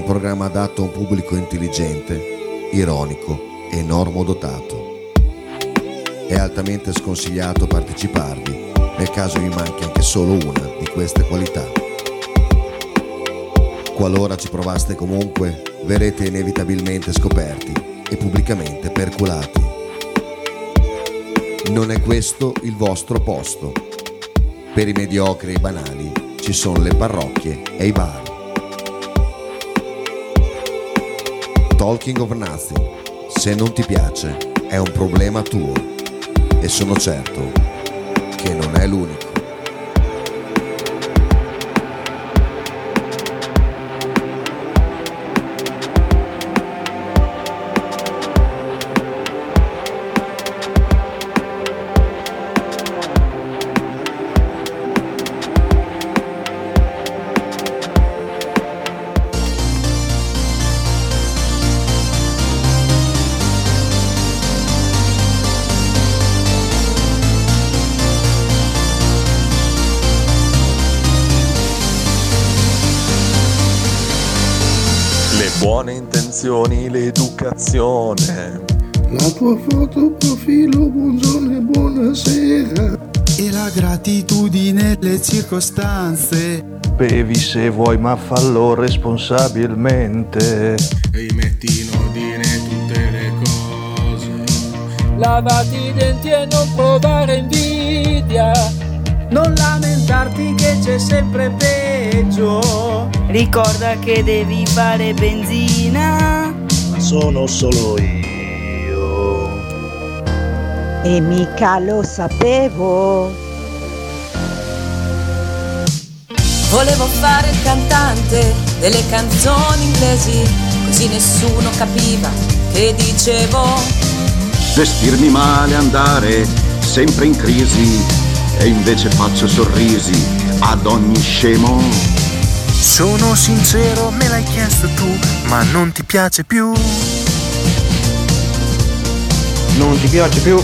programma adatto a un pubblico intelligente, ironico e normodotato. È altamente sconsigliato parteciparvi nel caso vi manchi anche solo una di queste qualità. Qualora ci provaste comunque, verrete inevitabilmente scoperti e pubblicamente perculati. Non è questo il vostro posto. Per i mediocri e i banali ci sono le parrocchie e i bar. Talking of Nothing, se non ti piace, è un problema tuo e sono certo che non è l'unico. Buone intenzioni, l'educazione. La tua foto profilo, buongiorno e buonasera. E la gratitudine, le circostanze. Bevi se vuoi ma fallo responsabilmente. Rimetti in ordine tutte le cose. Lavati i denti e non provare invidia. Non lamentarti che c'è sempre peggio. Ricorda che devi fare benzina. Ma sono solo io. E mica lo sapevo. Volevo fare il cantante delle canzoni inglesi, così nessuno capiva che dicevo. Vestirmi male, andare sempre in crisi, e invece faccio sorrisi ad ogni scemo. Sono sincero, me l'hai chiesto tu, ma non ti piace più. Non ti piace più?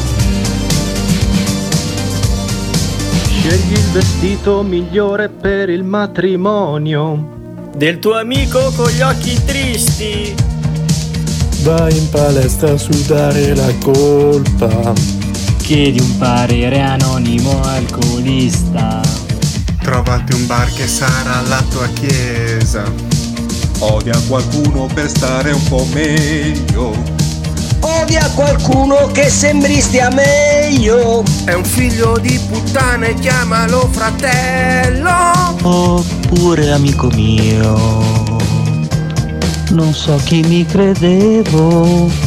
Scegli il vestito migliore per il matrimonio. Del tuo amico con gli occhi tristi. Vai in palestra a sudare la colpa. Chiedi un parere anonimo alcolista. Trovati un bar che sarà la tua chiesa. Odia qualcuno per stare un po' meglio. Odia qualcuno che sembri stia meglio. È un figlio di puttana e chiamalo fratello. Oppure amico mio, non so chi mi credevo.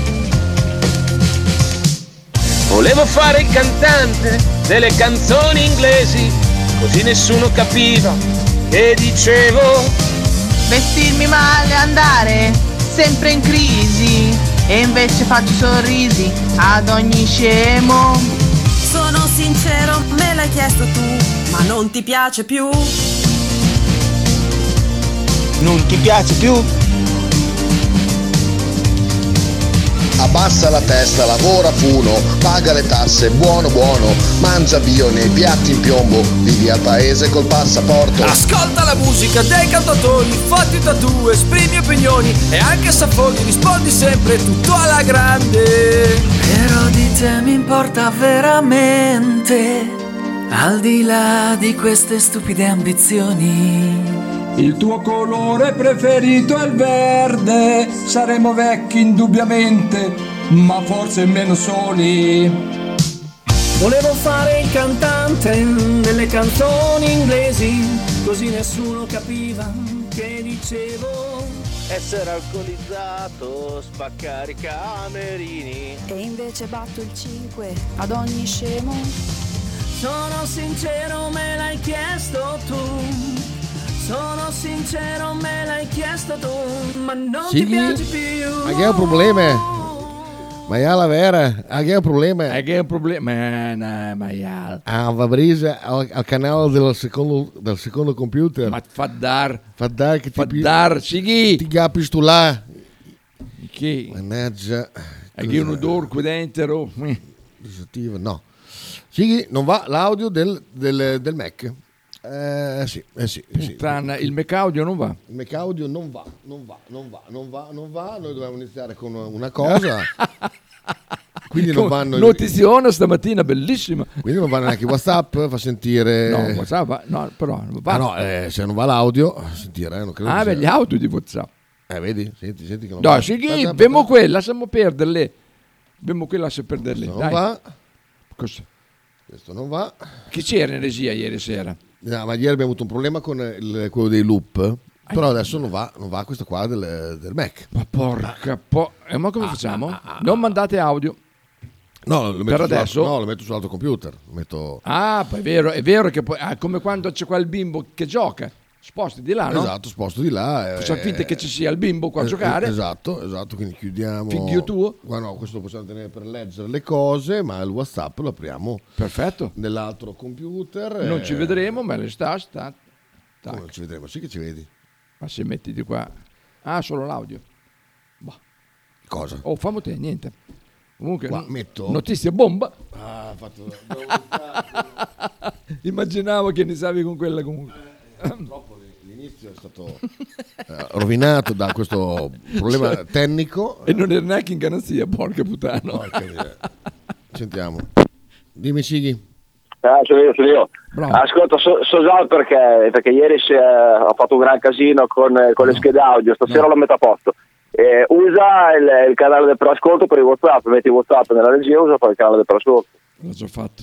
Volevo fare il cantante delle canzoni inglesi, così nessuno capiva che dicevo. Vestirmi male, andare sempre in crisi, e invece faccio sorrisi ad ogni scemo. Sono sincero, me l'hai chiesto tu, ma non ti piace più. Non ti piace più? Abbassa la testa, lavora funo, paga le tasse, buono buono, mangia bio nei piatti in piombo, vivi al paese col passaporto. Ascolta la musica dei cantatori, fatti tattoo, esprimi opinioni e anche se affoghi rispondi sempre tutto alla grande. Però di te mi importa veramente, al di là di queste stupide ambizioni. Il tuo colore preferito è il verde. Saremo vecchi indubbiamente, ma forse meno soli. Volevo fare il cantante delle canzoni inglesi, così nessuno capiva che dicevo. Essere alcolizzato, spaccare i camerini. E invece batto il 5 ad ogni scemo. Sono sincero, me l'hai chiesto tu. Sono sincero, me l'hai chiesto tu, ma non ti piace più. Ma che è un problema? Ma è la vera? Ma che è un problema? Che è un problema? Ma ja. Va brisa al canale del secondo computer. Ma fa dar che Sighi. ti capisci tu là. Che? Mannaggia. È che un odore qui dentro. Disattiva, no. Sighi, non va l'audio del Mac. Sì. Puttana, il Mac Audio non va. Il Mac Audio non va. Noi dovevamo iniziare con una cosa. Quindi non vanno notiziona stamattina bellissima. Quindi non va neanche WhatsApp, fa sentire. No, WhatsApp va, no, però non va. Se non va l'audio, sentire, non credo. Beh, gli audio di WhatsApp. Vedi? Senti che non no, va. Sì, abbiamo quella, lasciamo perderle. Questo Dai. non va. Cosa? Questo non va. Chi c'era in regia ieri sera? No, ma ieri abbiamo avuto un problema con quello dei loop. Però adesso non va questo qua del Mac. Ma porca ma come facciamo? Non mandate audio. No, lo per adesso? Lo metto sull'altro computer. Poi è vero che poi come quando c'è qua il bimbo che gioca. Sposti di là, no? Esatto, sposto di là. Facciamo finta che ci sia il bimbo qua a giocare. Esatto, quindi chiudiamo. Figlio tuo? No, questo lo possiamo tenere per leggere le cose, ma il WhatsApp lo apriamo. Perfetto. Nell'altro computer. Non ci vedremo, ma le sta. Non ci vedremo, sì che ci vedi. Ma se metti di qua. Solo l'audio. Bah. Cosa? Fammo te, niente. Comunque, qua metto. Notizia bomba. Fatto. Immaginavo che iniziavi con quella comunque. Purtroppo l'inizio è stato rovinato da questo problema tecnico. E non era neanche in garanzia, porca puttana. Sentiamo. Dimmi, Sighi. Sono io. Ascolta, so già perché ieri ho fatto un gran casino con le schede audio, stasera lo metto a posto. Usa il canale del preascolto per i WhatsApp, metti WhatsApp nella regia, usa poi il canale del preascolto. L'ho già fatto.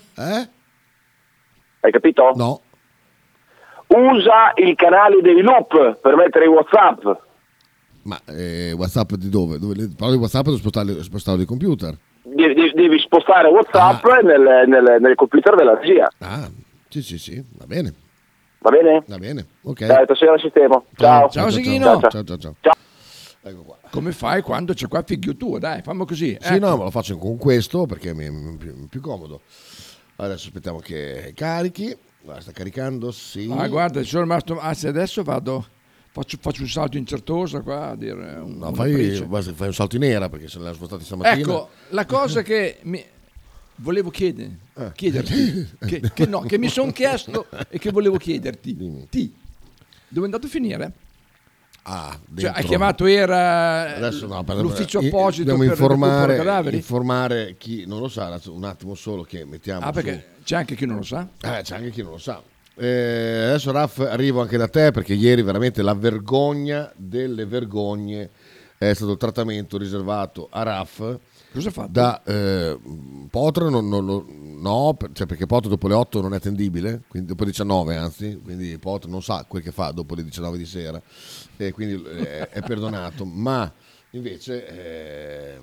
Hai capito? No. Usa il canale dei loop per mettere i WhatsApp. Ma WhatsApp di dove? Parlo di WhatsApp devo spostarlo di computer. Devi spostare WhatsApp nel computer della regia. Sì, va bene. Va bene? Va bene, ok. Dai, stasera al sistema. Ciao. Ciao Sighino. Ciao. Ecco qua. Come fai quando c'è qua figlio tuo? Dai, fammi così. Sì, no, ma lo faccio con questo perché mi è più comodo. Adesso aspettiamo che carichi. Sta caricando, sì. Guarda, sono rimasto. Se adesso vado. Faccio un salto in Certosa qua a dire. Fai un salto in nera perché se l'hanno spostati stamattina. Ecco, la cosa che volevo chiederti, che mi sono chiesto e che volevo chiederti. Dove è andato a finire? Hai chiamato l'ufficio apposito dobbiamo per informare chi non lo sa, un attimo solo che mettiamo perché c'è anche chi non lo sa. C'è anche chi non lo sa. Adesso Raff arrivo anche da te perché ieri veramente la vergogna delle vergogne è stato il trattamento riservato a Raff. Cosa ha fatto? Da Potre no, perché Potre dopo le 8 non è attendibile, quindi dopo le 19 anzi, quindi Potre non sa quel che fa dopo le 19 di sera e quindi è perdonato, ma invece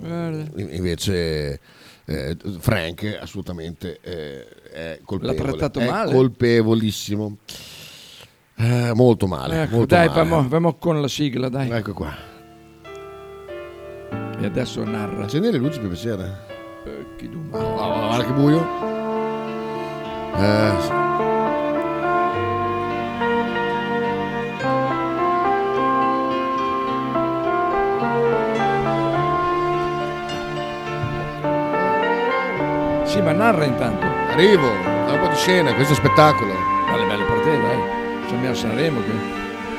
Frank assolutamente è colpevole. L'ha trattato male? Colpevolissimo, molto male. Molto dai, male. Vamo con la sigla, dai. Ecco qua. E adesso narra. Accendi le luci per piacere. Che guarda che buio. Sì, ma narra intanto. Arrivo, da un po' di scena, questo è spettacolo. Dalle belle per te, dai. Siamo a Sanremo qui.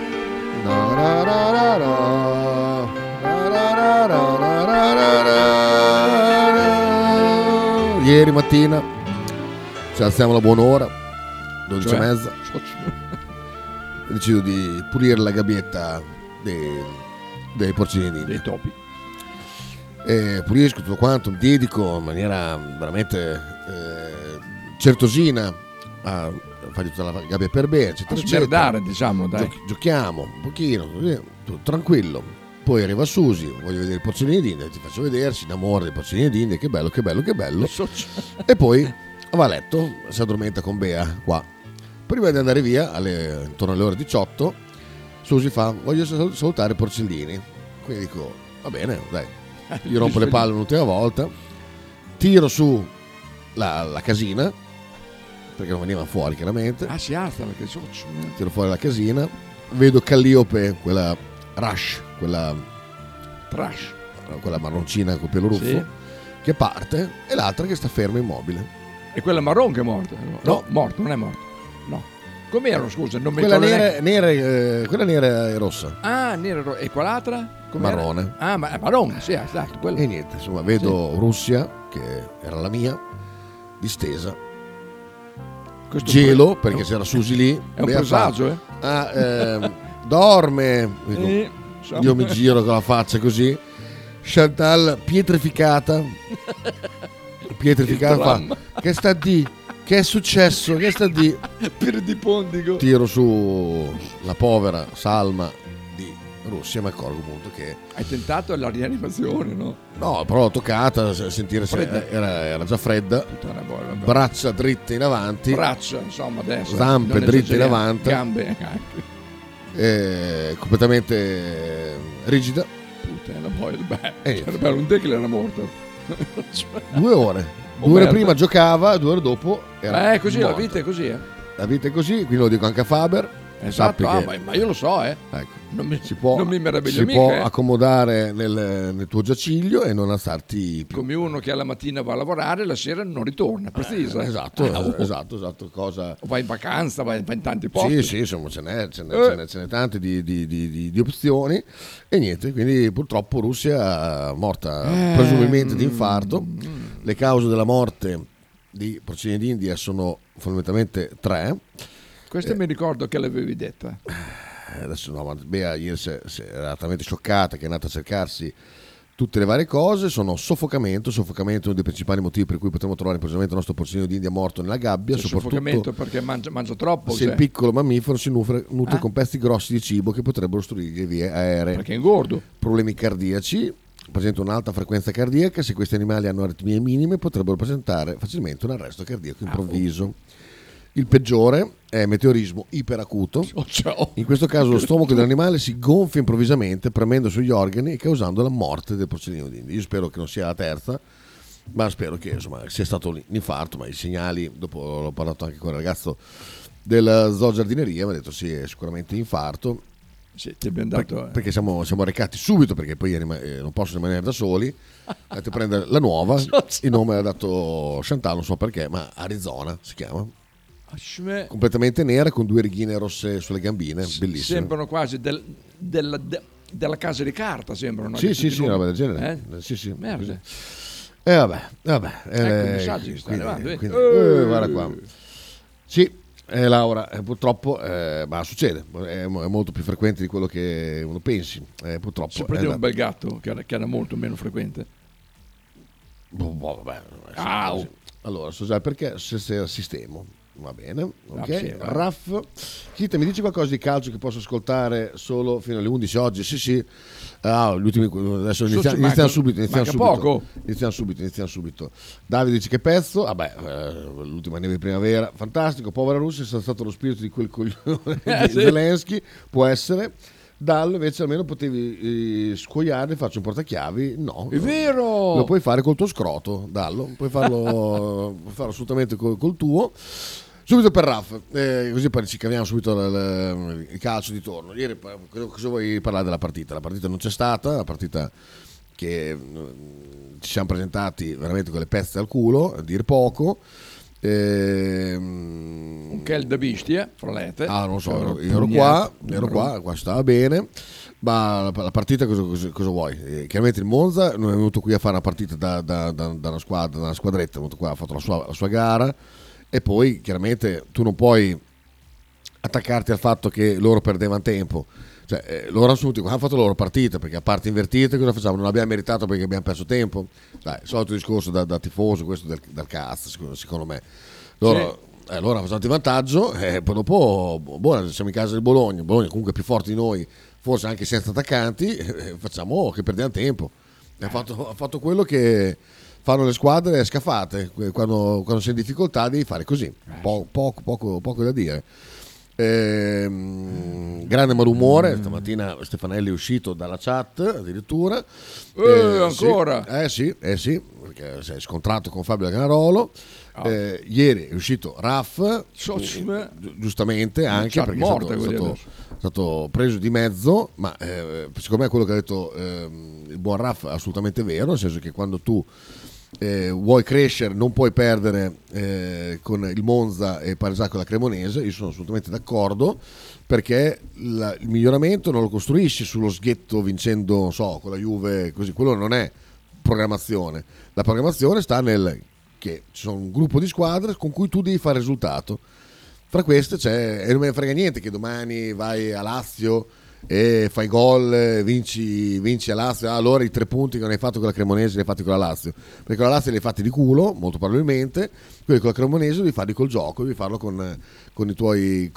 Ieri mattina ci alziamo alla buon'ora, 12:30. Decido di pulire la gabbietta dei porcini, dei topi. Pulisco tutto quanto, mi dedico in maniera veramente certosina a fare tutta la gabbia per bene, eccetera, eccetera. Diciamo, dai. Giochiamo un pochino, tutto tranquillo. Poi arriva Susi, voglio vedere i porcellini d'India, ti faccio vedere, si innamora dei porcellini d'India, che bello. E poi va a letto, si addormenta con Bea qua. Prima di andare via, intorno alle ore 18, Susi fa, voglio salutare i porcellini. Quindi dico, va bene, dai, gli rompo le palle un'ultima volta, tiro su la casina, perché non veniva fuori chiaramente. Si alza perché tiro fuori la casina, vedo Calliope, quella Rush, quella trash, quella marroncina con pelo ruffo, sì, che parte, e l'altra che sta ferma immobile. E quella marron che è morta? No, morto, non è morto. No. Com'era, scusa? Non mi Quella ricordo nera, quella nera e rossa. Ah, nera e quell'altra? Com'era? Marrone. Ah, ma marrone, sì, esatto. Quello. E niente, insomma, vedo Russia, che era la mia, distesa. Questo Gelo, perché c'era Susi lì. È un presagio, dorme. Io mi giro con la faccia così. Chantal pietrificata. Fa, che sta di? Che è successo? Che sta di? Per di pondigo. Tiro su la povera salma di Russia, mi accorgo appunto che... Hai tentato la rianimazione, no? No, però l'ho toccata, sentire se era già fredda. Braccia dritte in avanti. Braccia, insomma, adesso. Zampe dritte in avanti. Gambe anche. Completamente rigida. Puttana, poi, beh, un te che era morto. 2 ore. 2 ore prima giocava, 2 ore dopo era così, morta. la vita è così, La vita è così, quindi lo dico anche a Faber. Esatto, che, ma io lo so, ecco, non mi si meraviglio mica. può accomodare nel tuo giaciglio e non alzarti più. Come uno che alla mattina va a lavorare, la sera non ritorna, precisa. Esatto. Cosa... O vai in vacanza, vai in tanti posti. Sì, insomma, ce n'è tante di opzioni e niente, quindi purtroppo Russia morta presumibilmente di infarto. Le cause della morte di porcini d'India sono fondamentalmente 3. Questa mi ricordo che l'avevi detta. Adesso no, ma Bea ieri era talmente scioccata che è andata a cercarsi tutte le varie cose. Sono soffocamento è uno dei principali motivi per cui potremmo trovare improvvisamente il nostro porcino d'India morto nella gabbia. Soffocamento perché mangia troppo. Se il piccolo mammifero si nutre con pezzi grossi di cibo che potrebbero ostruire le vie aeree. Perché è ingordo. Problemi cardiaci. Presenta un'alta frequenza cardiaca. Se questi animali hanno aritmie minime potrebbero presentare facilmente un arresto cardiaco improvviso. Il peggiore è meteorismo iperacuto. In questo caso lo stomaco dell'animale si gonfia improvvisamente premendo sugli organi e causando la morte del porcellino d'India. Io spero che non sia la terza, ma spero che insomma sia stato un infarto, ma i segnali, dopo l'ho parlato anche con il ragazzo della zoogiardineria, mi ha detto sì, è sicuramente infarto. Sì, ti abbiamo dato, perché siamo recati subito, perché poi non possono rimanere da soli. Andate a prendere la nuova, il nome l'ha dato Chantal, non so perché, ma Arizona si chiama. Completamente nera con 2 righine rosse sulle gambine, bellissime. Sembrano quasi della casa di carta, sembrano. Sì, una roba del genere. Sì. Merda. Vabbè. Ecco i messaggi che stanno arrivando. Guarda qua. Sì, Laura, purtroppo, ma succede, è molto più frequente di quello che uno pensi. Purtroppo. Se prendi un bel gatto, che era molto meno frequente. Vabbè. Allora, so già perché se sistemo. Va bene, ok. Raff, Chita, mi dici qualcosa di calcio che posso ascoltare solo fino alle 11 oggi? Sì. Adesso iniziamo subito. Iniziamo subito. Davide dice che pezzo. L'ultima neve di primavera, fantastico. Povera Russia, è stato lo spirito di quel coglione di Zelensky. Può essere. Dallo invece almeno potevi scuoiarli, faccio un portachiavi. No, è vero, lo puoi fare col tuo scroto. Dallo, puoi farlo assolutamente col tuo. Subito per Raff, così poi ci caviamo subito il calcio di torno. Ieri cosa vuoi parlare della partita? La partita non c'è stata, la partita che ci siamo presentati veramente con le pezze al culo, a dir poco. Un kel da bestia, frolete. Non so, ero qua stava bene. Ma la partita cosa vuoi? Chiaramente il Monza non è venuto qui a fare una partita da una squadretta, è venuto qua, ha fatto la sua gara. E poi chiaramente tu non puoi attaccarti al fatto che loro perdevano tempo. Cioè, loro hanno fatto la loro partita, perché a parte invertite cosa facciamo? Non abbiamo meritato perché abbiamo perso tempo. Dai, solito discorso da tifoso, questo del cazzo, secondo me. Loro hanno fatto il vantaggio e poi dopo siamo in casa del Bologna comunque è più forte di noi, forse anche senza attaccanti, facciamo che perdiamo tempo. Ha fatto quello che fanno le squadre scafate, quando sei in difficoltà devi fare così, poco da dire. Grande malumore stamattina. Stefanelli è uscito dalla chat addirittura ancora sì, perché si è scontrato con Fabio Ganarolo. Ieri è uscito Raff, giustamente anche perché è stato preso di mezzo, ma secondo me quello che ha detto il buon Raff è assolutamente vero, nel senso che quando tu vuoi crescere, non puoi perdere con il Monza e pareggiare con la Cremonese. Io sono assolutamente d'accordo, perché il miglioramento non lo costruisci sullo sghetto vincendo, non so, con la Juve, così. Quello non è programmazione. La programmazione sta nel che ci sono un gruppo di squadre con cui tu devi fare risultato. Tra queste e non me ne frega niente che domani vai a Lazio e fai gol, vinci a Lazio, allora i 3 punti che non hai fatto con la Cremonese li hai fatti con la Lazio, perché con la Lazio li hai fatti di culo, molto probabilmente. Quelli con la Cremonese devi farli col gioco, devi farlo con i tuoi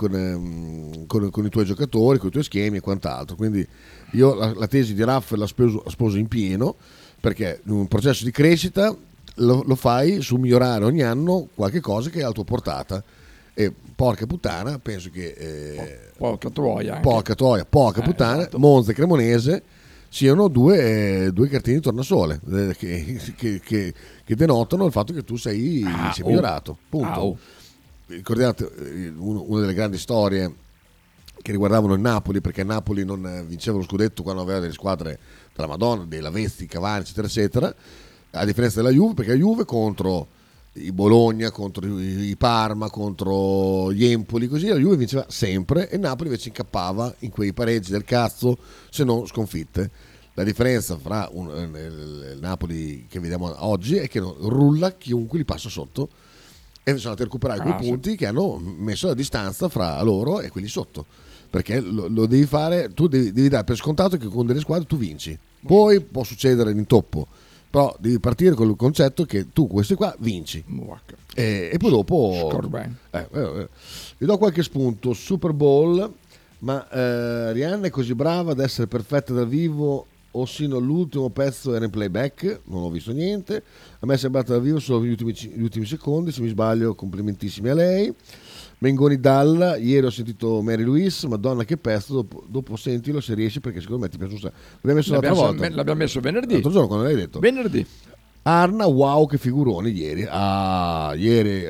giocatori, con i tuoi schemi e quant'altro. Quindi io la tesi di Raff la sposo in pieno, perché un processo di crescita lo fai su migliorare ogni anno qualche cosa che è alla tua portata. E porca puttana, penso che porca troia, puttana, esatto. Monza e Cremonese siano due cartine di tornasole che denotano il fatto che tu sei migliorato. Punto. Ricordate una delle grandi storie che riguardavano il Napoli, perché il Napoli non vinceva lo scudetto quando aveva delle squadre della Madonna, dei Lavezzi, Cavani, eccetera eccetera, a differenza della Juve, perché la Juve contro i Bologna, contro i Parma, contro gli Empoli, così la Juve vinceva sempre, e il Napoli invece incappava in quei pareggi del cazzo, se non sconfitte. La differenza fra il Napoli che vediamo oggi è che rulla chiunque li passa sotto, e sono andati a recuperare quei punti che hanno messo la distanza fra loro e quelli sotto, perché lo devi fare, tu devi dare per scontato che con delle squadre tu vinci, poi può succedere l'intoppo, però devi partire con il concetto che tu questi qua vinci e poi dopo vi do qualche spunto. Super Bowl, ma Rihanna è così brava ad essere perfetta dal vivo o sino all'ultimo pezzo era in playback? Non ho visto niente, a me è sembrata dal vivo solo gli ultimi secondi, se mi sbaglio complimentissimi a lei. Mengoni Dalla, ieri ho sentito Mary Louise, madonna che pezzo, dopo sentilo se riesci, perché secondo me ti piace un sacco. L'abbiamo messo l'altra volta. L'abbiamo messo venerdì. L'altro giorno quando l'hai detto. Venerdì. Arna, wow che figurone ieri. Ieri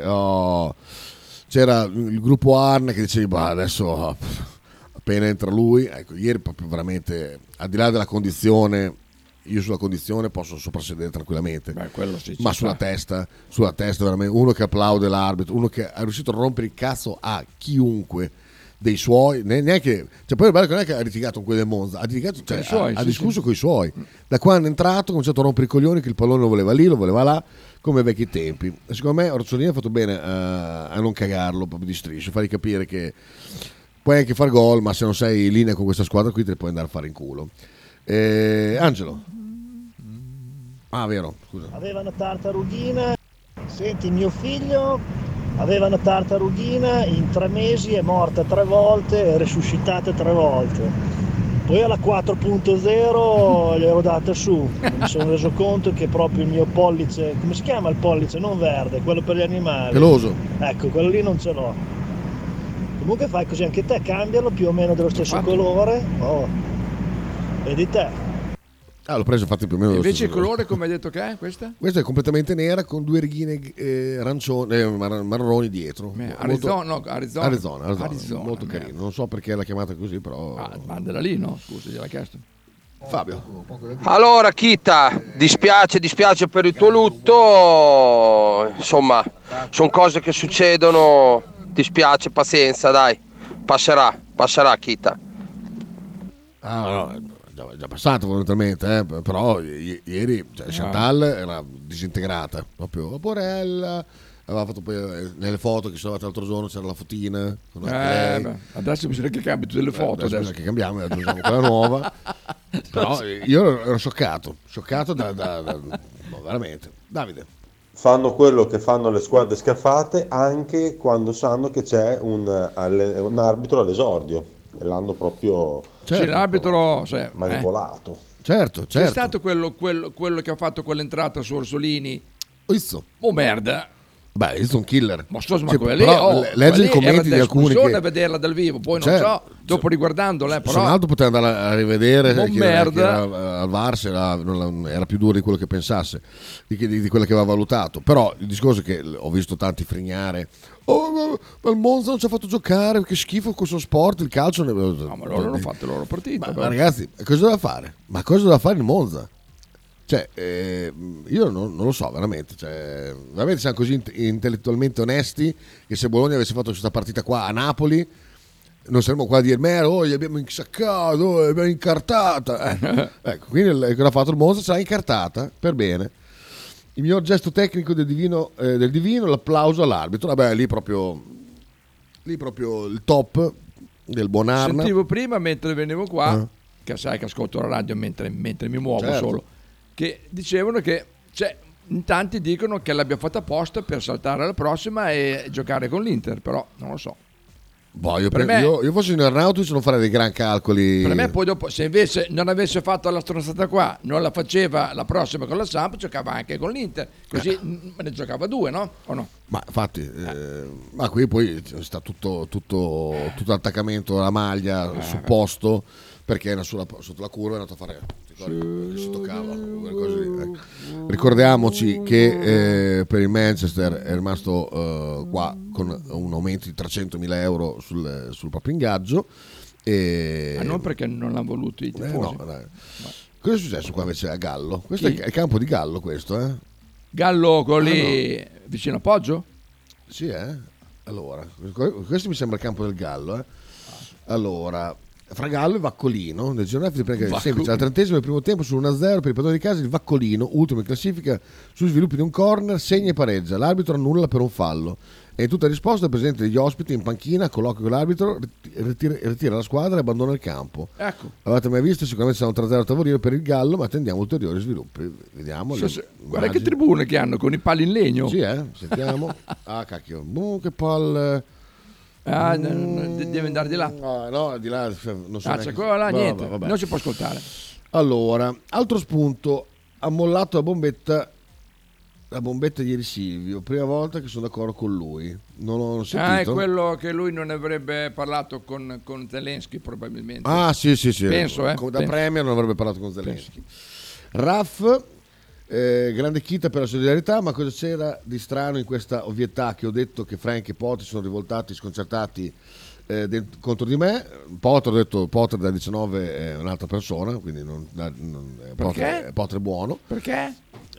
c'era il gruppo Arna che dicevi, adesso appena entra lui, ecco, ieri proprio veramente, al di là della condizione, io sulla condizione posso soprassedere tranquillamente. Quello sì, ma sulla testa veramente, uno che applaude l'arbitro, uno che è riuscito a rompere il cazzo a chiunque dei suoi, neanche, cioè poi è bello che non è che ha litigato con quelli del Monza, ha litigato, cioè, ha discusso con i suoi. Da quando è entrato ha cominciato a rompere i coglioni che il pallone lo voleva lì, lo voleva là, come ai vecchi tempi. E secondo me Orsolini ha fatto bene a non cagarlo proprio di striscio, fargli capire che puoi anche far gol, ma se non sei in linea con questa squadra qui te ne puoi andare a fare in culo. Angelo. Vero, scusa. Aveva una tartarughina. Senti, mio figlio aveva una tartarughina, in 3 mesi è morta 3 volte, è resuscitata 3 volte. Poi alla 4.0 gli ero data su. Mi sono reso conto che proprio il mio pollice, come si chiama il pollice? Non verde, quello per gli animali. Peloso. Ecco, quello lì non ce l'ho. Comunque fai così anche te, cambialo più o meno dello stesso colore. Vedi te. L'ho preso infatti più o meno. Invece il colore come hai detto che è questa? Questa è completamente nera con 2 righine marroni dietro. Arizona. Molto carino. Non so perché l'ha chiamata così, però. Mandala lì, no? Scusa, gliel'ha chiesto. Fabio. Allora Kita, dispiace per il tuo lutto, insomma, sono cose che succedono, dispiace, pazienza, dai, passerà Kita. No. Già passato fondamentalmente, però ieri Chantal era disintegrata, proprio Vaporella, aveva fatto poi nelle foto che sono andate l'altro giorno, c'era la fotina con adesso bisogna che cambi tutte le foto, adesso che cambiamo, aggiungiamo quella nuova. Però io ero scioccato veramente. Davide. Fanno quello che fanno le squadre scaffate anche quando sanno che c'è un arbitro all'esordio e l'hanno proprio l'arbitro manipolato. Certo. C'è stato quello che ha fatto quell'entrata su Orsolini. Merda. Io sono un killer. Ma quella lì, legge i commenti di alcuni che a vederla dal vivo, poi non so, dopo riguardandola, però un altro poteva andare a rivedere merda. Al VAR era più duro di quello che pensasse, di quello che aveva valutato. Però il discorso è che ho visto tanti frignare. Ma il Monza non ci ha fatto giocare, che schifo questo sport, il calcio. Ma loro hanno fatto la loro partita. Ma ragazzi, cosa doveva fare? Ma cosa doveva fare il Monza? Cioè, io non lo so veramente, cioè, veramente siamo così intellettualmente onesti che se Bologna avesse fatto questa partita qua a Napoli non saremmo qua a dire gli abbiamo insaccato, l'abbiamo incartata. Ecco, quindi cosa ha fatto il Monza? Ce l'ha incartata per bene. Il miglior gesto tecnico del divino, l'applauso all'arbitro. Vabbè, lì proprio il top del buon Arna. Sentivo prima mentre venivo qua, che sai che ascolto la radio mentre mi muovo, certo, solo, che dicevano che in tanti dicono che l'abbia fatta apposta per saltare alla prossima e giocare con l'Inter, però non lo so. Io fossi in Arnautovic non farei dei gran calcoli. Per me poi dopo, se invece non avesse fatto la stronzata qua, non la faceva la prossima con la Samp, giocava anche con l'Inter, così ne giocava 2, no? O no? Ma infatti, ma qui poi sta tutto l'attaccamento alla maglia supposto, perché era sotto la curva è andato a fare che si toccava. Ricordiamoci che per il Manchester è rimasto qua con un aumento di 300.000 euro sul proprio ingaggio. Non perché non l'hanno voluto i tifosi. Cosa è successo qua invece a Gallo? Questo è il campo di Gallo, questo, Gallo con lì vicino a Poggio? Sì, allora, questo mi sembra il campo del Gallo, Allora, fra Gallo e Vaccolino nel girone di pratica semplice al 30esimo del primo tempo su 1-0 per i padroni di casa. Il Vaccolino, ultimo in classifica sui sviluppi di un corner, segna e pareggia. L'arbitro annulla per un fallo e in tutta risposta il presidente degli ospiti in panchina colloquia con l'arbitro, ritira la squadra e abbandona il campo. Ecco. L'avete mai visto? Sicuramente sarà un 3-0 a tavolino per il Gallo, ma attendiamo ulteriori sviluppi. Vediamo. Guarda che tribune che hanno con i pali in legno. Sì, sentiamo. Cacchio, che palle. Deve andare di là. No, di là non so. C'è quella là, niente. Vabbè. Non si può ascoltare. Allora, altro spunto. Ha mollato la bombetta ieri Silvio. Prima volta che sono d'accordo con lui. Non ho sentito. È quello che lui non avrebbe parlato con Zelensky probabilmente. Sì. Penso, da Premier non avrebbe parlato con Zelensky. Raff. Grande chita per la solidarietà, ma cosa c'era di strano in questa ovvietà che ho detto che Frank e Potter sono rivoltati, sconcertati contro di me? Potter, ho detto Potter da 19 è un'altra persona, quindi Potter è buono. Perché?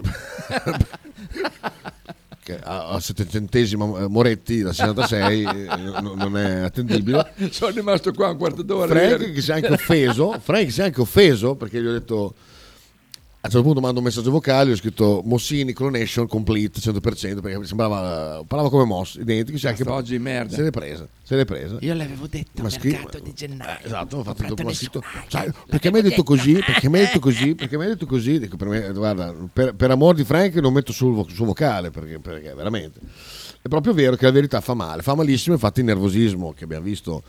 Che a 700esima Moretti da 66 non è attendibile. Sono rimasto qua un quarto d'ora. Frank che si è anche offeso perché gli ho detto. A un certo punto mando un messaggio vocale, ho scritto Mossini Clonation complete 100% perché parlava come Moss, identico. Anche oggi merda. Se l'è presa. Io l'avevo detto mercato di gennaio. Esatto, ho fatto dopo sito. Perché mi hai detto così? Perché mi hai detto così? Dico, guarda, per amor di Frank non metto sul vocale perché veramente è proprio vero che la verità fa male, fa malissimo. Infatti il nervosismo che abbiamo visto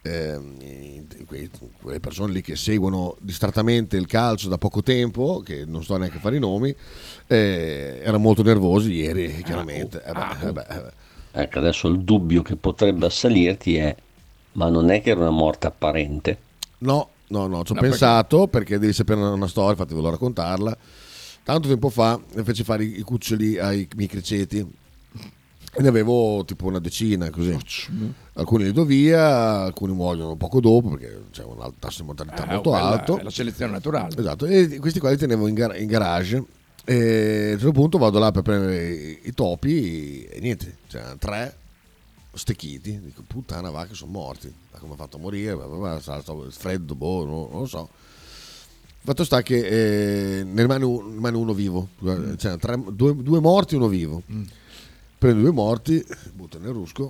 quelle persone lì che seguono distrattamente il calcio da poco tempo, che non sto neanche a fare i nomi, erano molto nervosi ieri, chiaramente. Ecco, adesso il dubbio che potrebbe assalirti è: ma non è che era una morte apparente? No, ci ho pensato perché devi sapere una storia, infatti volevo raccontarla. Tanto tempo fa feci fare i cuccioli ai miei criceti e ne avevo tipo una decina così. Alcuni li do via, alcuni muoiono poco dopo perché c'è un tasso di mortalità molto alto. È la selezione naturale. Esatto, e questi qua li tenevo in garage e a un certo punto vado là per prendere i topi e niente, c'erano 3 stecchiti. Dico puttana va che sono morti, ma come ha fatto a morire? Freddo, non lo so. Fatto sta che ne rimane uno vivo, c'erano 2 morti e uno vivo. Prendo 2 morti, butto nel rusco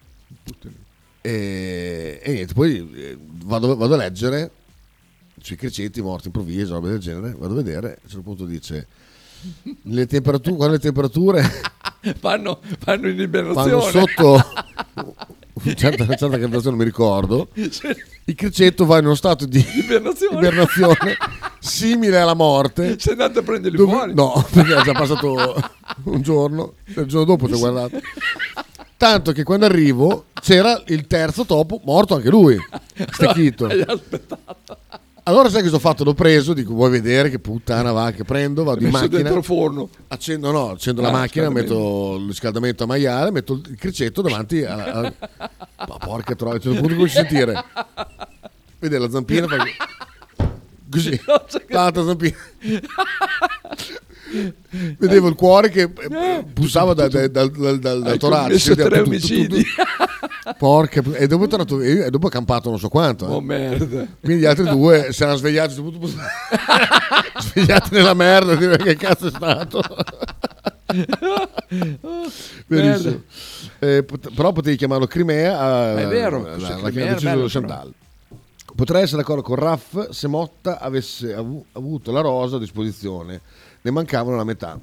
e niente, poi vado a leggere sui criceti morti improvvisi, roba del genere, vado a vedere, a un certo punto dice quando le temperature fanno in ibernazione, fanno sotto una certa temperatura, non mi ricordo, il cricetto va in uno stato di ibernazione simile alla morte. Sei andato a prenderli fuori? No, perché è già passato un giorno, il giorno dopo ci ho guardato. Tanto che quando arrivo c'era il terzo topo morto anche lui, stecchito. Allora sai cosa ho fatto? L'ho preso, dico vuoi vedere che puttana va che prendo, vado in macchina dentro il forno, accendo la macchina, metto il riscaldamento a maiale, metto il cricetto davanti ma porca troia, c'è un punto come sentire vedere la zampina così l'altra zampina Vedevo il cuore che pulsava dal torace. 3 omicidi. Porca, e dopo è tornato, e dopo ha campato non so quanto. Oh merda. Quindi gli altri due si erano svegliati nella merda. Che cazzo è stato? Verissimo. Però potevi chiamarlo Crimea. È vero, la deciso Chantal. Potrei essere d'accordo con Raff se Motta avesse avuto la rosa a disposizione, ne mancavano la metà.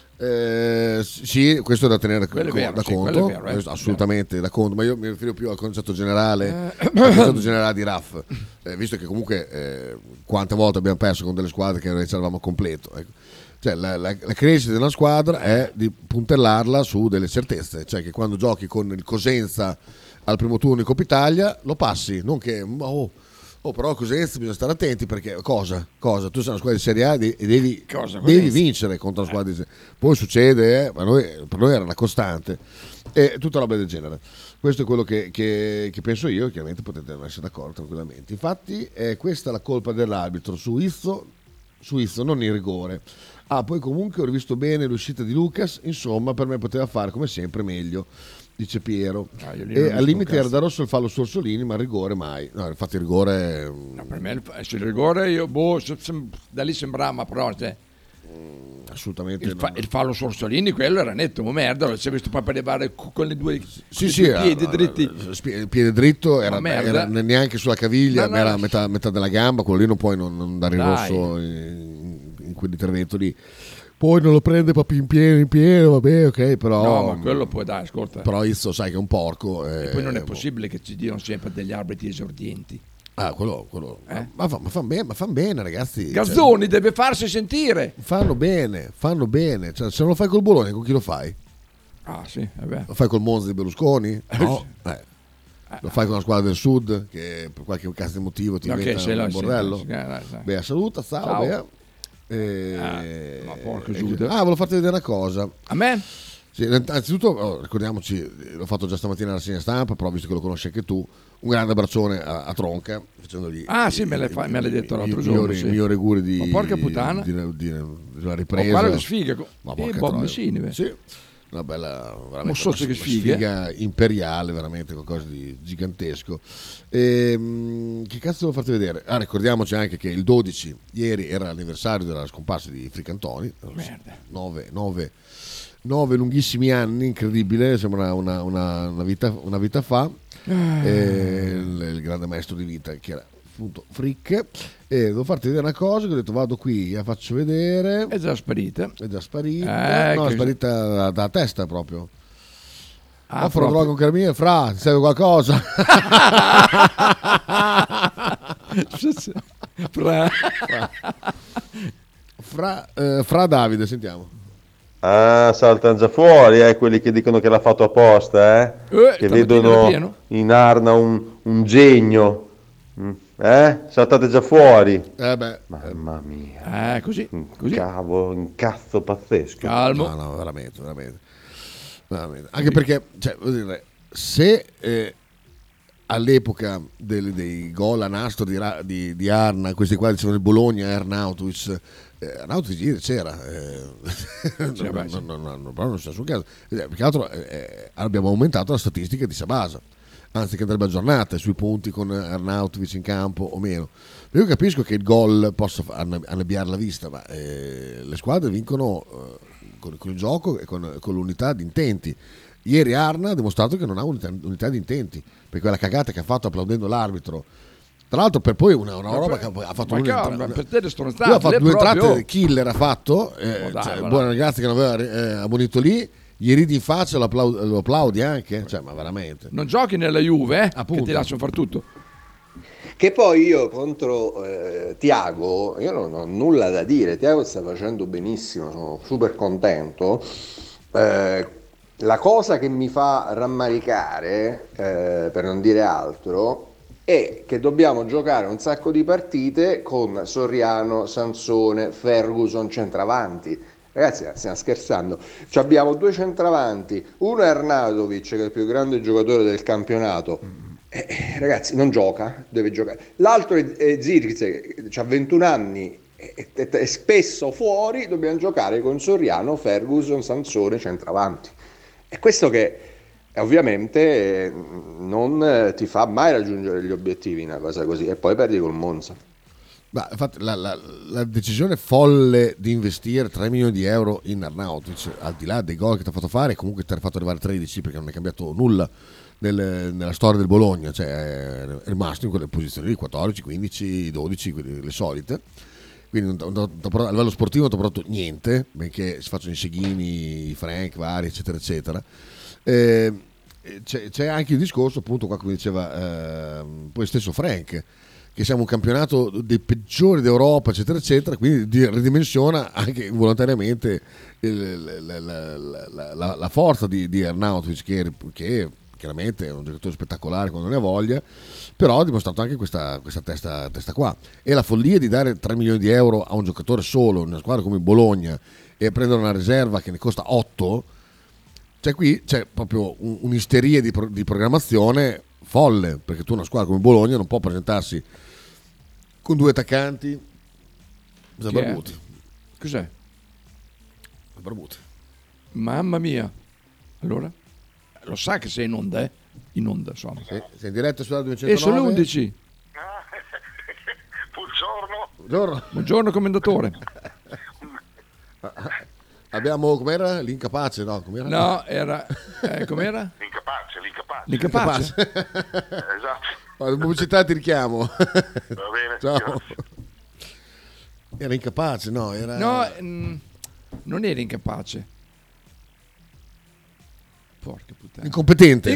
Sì, questo è da tenere da conto, assolutamente da conto, ma io mi riferivo più al concetto generale, di Raff, visto che comunque quante volte abbiamo perso con delle squadre che noi c'eravamo completo. Ecco. Cioè, la crescita della squadra è di puntellarla su delle certezze, cioè che quando giochi con il Cosenza al primo turno in Coppa Italia lo passi, non che però Cosenza bisogna stare attenti perché cosa? Tu sei una squadra di Serie A e devi vincere contro la squadra di Serie A. Poi succede, ma per noi era una costante e tutta roba del genere. Questo è quello che penso io, chiaramente potete non essere d'accordo tranquillamente. Infatti è questa la colpa dell'arbitro su Izzo, non il rigore. Poi comunque ho rivisto bene l'uscita di Lucas, insomma per me poteva fare come sempre meglio, dice Piero. E al limite era da rosso il fallo su Orsolini, ma il rigore mai. No, infatti il rigore... No, per me il rigore io da lì sembrava, però assolutamente il fallo su Orsolini quello era netto, ma merda, si è visto proprio arrivare con le due piedi dritti. Il piede dritto era neanche sulla caviglia, ma era metà della gamba, quello lì non puoi non dare il rosso in quell'intervento lì. Poi non lo prende proprio in pieno, vabbè, ok, però... No, ma quello poi dai, ascolta. Però Izzo sai che è un porco. E poi non è possibile che ci diano sempre degli arbitri esordienti. Quello. Ma fanno bene, ragazzi. Gazzoni deve farsi sentire. Fanno bene. Cioè, se non lo fai col Bologna, con chi lo fai? Sì, vabbè. Lo fai col Monza di Berlusconi? No. Lo fai con la squadra del Sud, che per qualche cazzo di motivo ti diventa un bordello? Beh, saluta, ciao. Bea. Ma porco Giuda. Volevo farti vedere una cosa. A me? Sì, innanzitutto ricordiamoci, l'ho fatto già stamattina alla rassegna stampa, però visto che lo conosci anche tu, un grande abbraccione a Tronca, facendogli me l'hai detto l'altro giorno. I migliori auguri di porca puttana di una ripresa. Guarda che sfiga. Bob Messini, sì. Una bella, veramente una sfiga imperiale, veramente qualcosa di gigantesco. Che cazzo devo farti vedere? Ricordiamoci anche che il 12 ieri era l'anniversario della scomparsa di Fricantoni. Merda. 9 lunghissimi anni, incredibile, sembra una vita fa. Il grande maestro di vita che era appunto Frick. E devo farti vedere una cosa che ho detto vado qui, la faccio vedere. È già sparita. No, è sparita dalla testa proprio. Offro droga con Carmine, ti serve qualcosa? Fra Davide, sentiamo. Saltano già fuori quelli che dicono che l'ha fatto apposta, che vedono in Arna un genio. Saltate già fuori. Mamma mia. Così. Cavolo, un cazzo pazzesco. Calmo. No, veramente. Anche perché, cioè, vuol dire, se all'epoca dei gol a nastro di Arna, questi qua dicevano il Bologna, Arnautovic c'era, però non c'è sul caso, perché altro abbiamo aumentato la statistica di Sabasa, anzi che andrebbe aggiornata sui punti con Arnautovic in campo o meno. Io capisco che il gol possa annebbiare la vista, ma le squadre vincono con il gioco e con l'unità di intenti. Ieri Arna ha dimostrato che non ha unità di intenti, per quella cagata che ha fatto applaudendo l'arbitro. Tra l'altro per poi una roba che ha fatto lui ha fatto 2 entrate killer, ha fatto buona ragazza che non aveva ammonito lì, gli ridi in faccia, lo applaudi anche, cioè, ma veramente non giochi nella Juve che ti lasciano far tutto. Che poi io contro Tiago io non ho nulla da dire, Tiago sta facendo benissimo, sono super contento. La cosa che mi fa rammaricare, per non dire altro, è che dobbiamo giocare un sacco di partite con Soriano, Sansone, Ferguson centravanti. Ragazzi, stiamo scherzando. Abbiamo 2 centravanti, uno è Arnautovic che è il più grande giocatore del campionato. Ragazzi, non gioca, deve giocare. L'altro è Zirkzee, che ha 21 anni e spesso fuori dobbiamo giocare con Soriano, Ferguson, Sansone, centravanti. E questo che ovviamente non ti fa mai raggiungere gli obiettivi, una cosa così, e poi perdi col Monza. Ma infatti la decisione folle di investire 3 milioni di euro in Arnautovic, al di là dei gol che ti ha fatto fare, comunque ti ha fatto arrivare 13 perché non è cambiato nulla nella storia del Bologna, cioè è rimasto in quelle posizioni lì, 14, 15, 12, le solite. Quindi a livello sportivo non ti ha prodotto niente, benché si facciano i Seghini, i Frank, vari, eccetera, eccetera. C'è anche il discorso, appunto, qua come diceva poi stesso Frank, che siamo un campionato dei peggiori d'Europa, eccetera, eccetera, quindi ridimensiona anche involontariamente la forza di Arnautovic, che chiaramente è un giocatore spettacolare quando ne ha voglia, però ha dimostrato anche questa testa qua. E la follia di dare 3 milioni di euro a un giocatore solo in una squadra come Bologna e prendere una riserva che ne costa 8, cioè qui c'è proprio un'isteria di programmazione folle, perché tu una squadra come Bologna non può presentarsi con 2 attaccanti. Barbuti. Cos'è? Barbuti. Mamma mia. Allora? Lo sa che sei in onda, In onda, insomma. Sei in diretta sulla 209. E sono le 11. Buongiorno. Buongiorno commendatore. Abbiamo, com'era? L'incapace, no? Com'era? No, era... com'era? L'incapace. Esatto. La pubblicità ti richiamo. Va bene. Ciao. Era incapace, no? Era... No, non era incapace. Porca puttana. Incompetente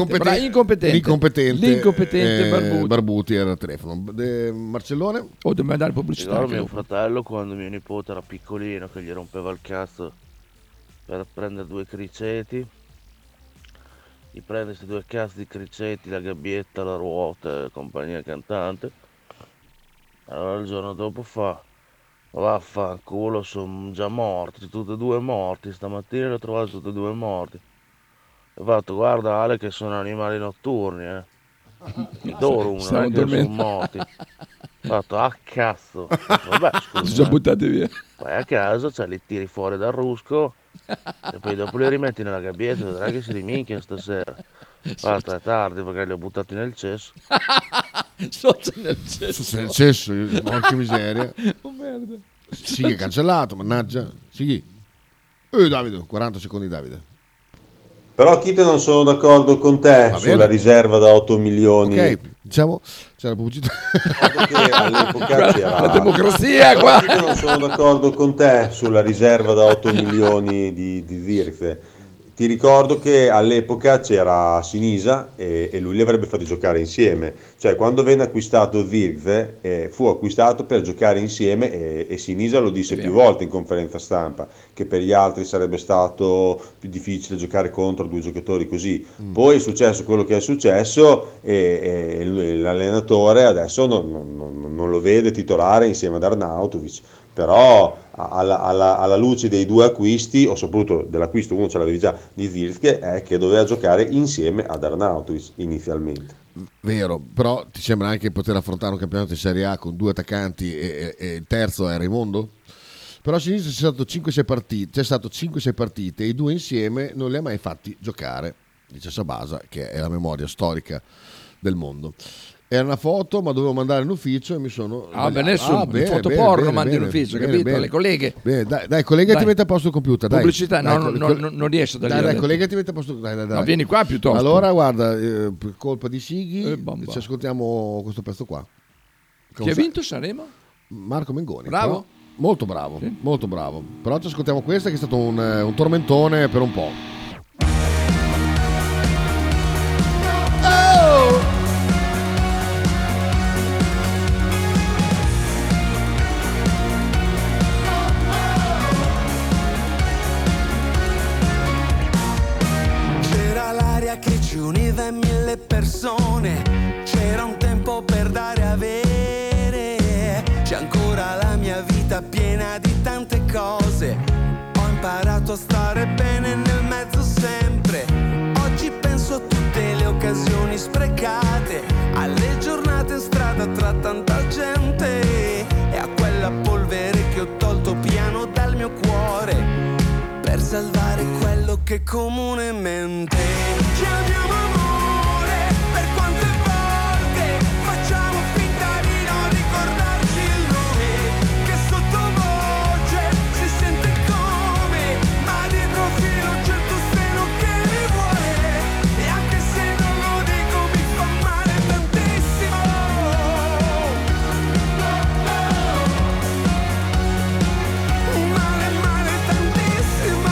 Barbuti era al telefono. Marcellone? O dobbiamo dare pubblicità. Allora mio fratello, quando mio nipote era piccolino, che gli rompeva il cazzo per prendere 2 criceti, gli prende questi 2 cazzo di criceti, la gabbietta, la ruota e compagnia cantante. Allora il giorno dopo fa: vaffanculo, sono già morti, tutti e 2 morti, stamattina li ho trovati tutti e 2 morti. Ho fatto: guarda Ale che sono animali notturni, D'oro uno, non è che sono morti. Ho fatto: cazzo. Vabbè, scusa. Si sono buttati via. Vai a casa, cioè, li tiri fuori dal rusco e poi dopo li rimetti nella gabbietta, vedrai che si riminchiano stasera. Fatto, è tardi perché li ho buttati nel cesso. Nel cesso. Porca miseria. Oh merda. Sì, è cancellato, mannaggia. Sì. Davide, 40 secondi Davide. Però Chito non sono d'accordo con te sulla riserva da 8 milioni. Ok, diciamo c'è la pubblicità. All'epoca c'era la democrazia qua. Chito non sono d'accordo con te sulla riserva da 8 milioni di Zirkzee. Ti ricordo che all'epoca c'era Sinisa e lui li avrebbe fatti giocare insieme. Cioè, quando venne acquistato Zirkzee fu acquistato per giocare insieme e Sinisa lo disse più volte in conferenza stampa che per gli altri sarebbe stato più difficile giocare contro 2 giocatori così. Poi è successo quello che è successo e l'allenatore adesso non lo vede titolare insieme ad Arnautovic. Però alla luce dei 2 acquisti, o soprattutto dell'acquisto, uno ce l'avevi già, di Zirkzee, è che doveva giocare insieme ad Arnautovic inizialmente. Vero, però ti sembra anche poter affrontare un campionato di Serie A con 2 attaccanti e il terzo è Raimondo? Però a sinistra c'è stato 5-6 partite e i 2 insieme non li ha mai fatti giocare, dice Sabasa, che è la memoria storica del mondo. Era una foto, ma dovevo mandare in ufficio e mi sono... foto porno mandi in ufficio, capito? Bene. Le colleghe. Bene, dai, collegati, mette a posto il computer. Dai. Pubblicità, non riesco da lì. Dai, collegati, mette a posto... Dai. No, vieni qua piuttosto. Allora, guarda, per colpa di Sighi, ci ascoltiamo questo pezzo qua. Chi ha vinto Sanremo? Marco Mengoni. Bravo. Però, molto bravo, sì. Molto bravo. Però ci ascoltiamo questa che è stato un tormentone per un po'. Che ci univa in 1000 persone, c'era un tempo per dare e avere, c'è ancora la mia vita piena di tante cose, ho imparato a stare bene nel mezzo sempre, oggi penso a tutte le occasioni sprecate, alle giornate in strada tra tanta gente e a quella polvere che comunemente chiamiamo amore. Per quante volte facciamo finta di non ricordarci il nome, che sottovoce si sente come, ma dietro filo c'è il tuo seno che mi vuole, e anche se non lo dico mi fa male tantissimo. Male, male tantissimo.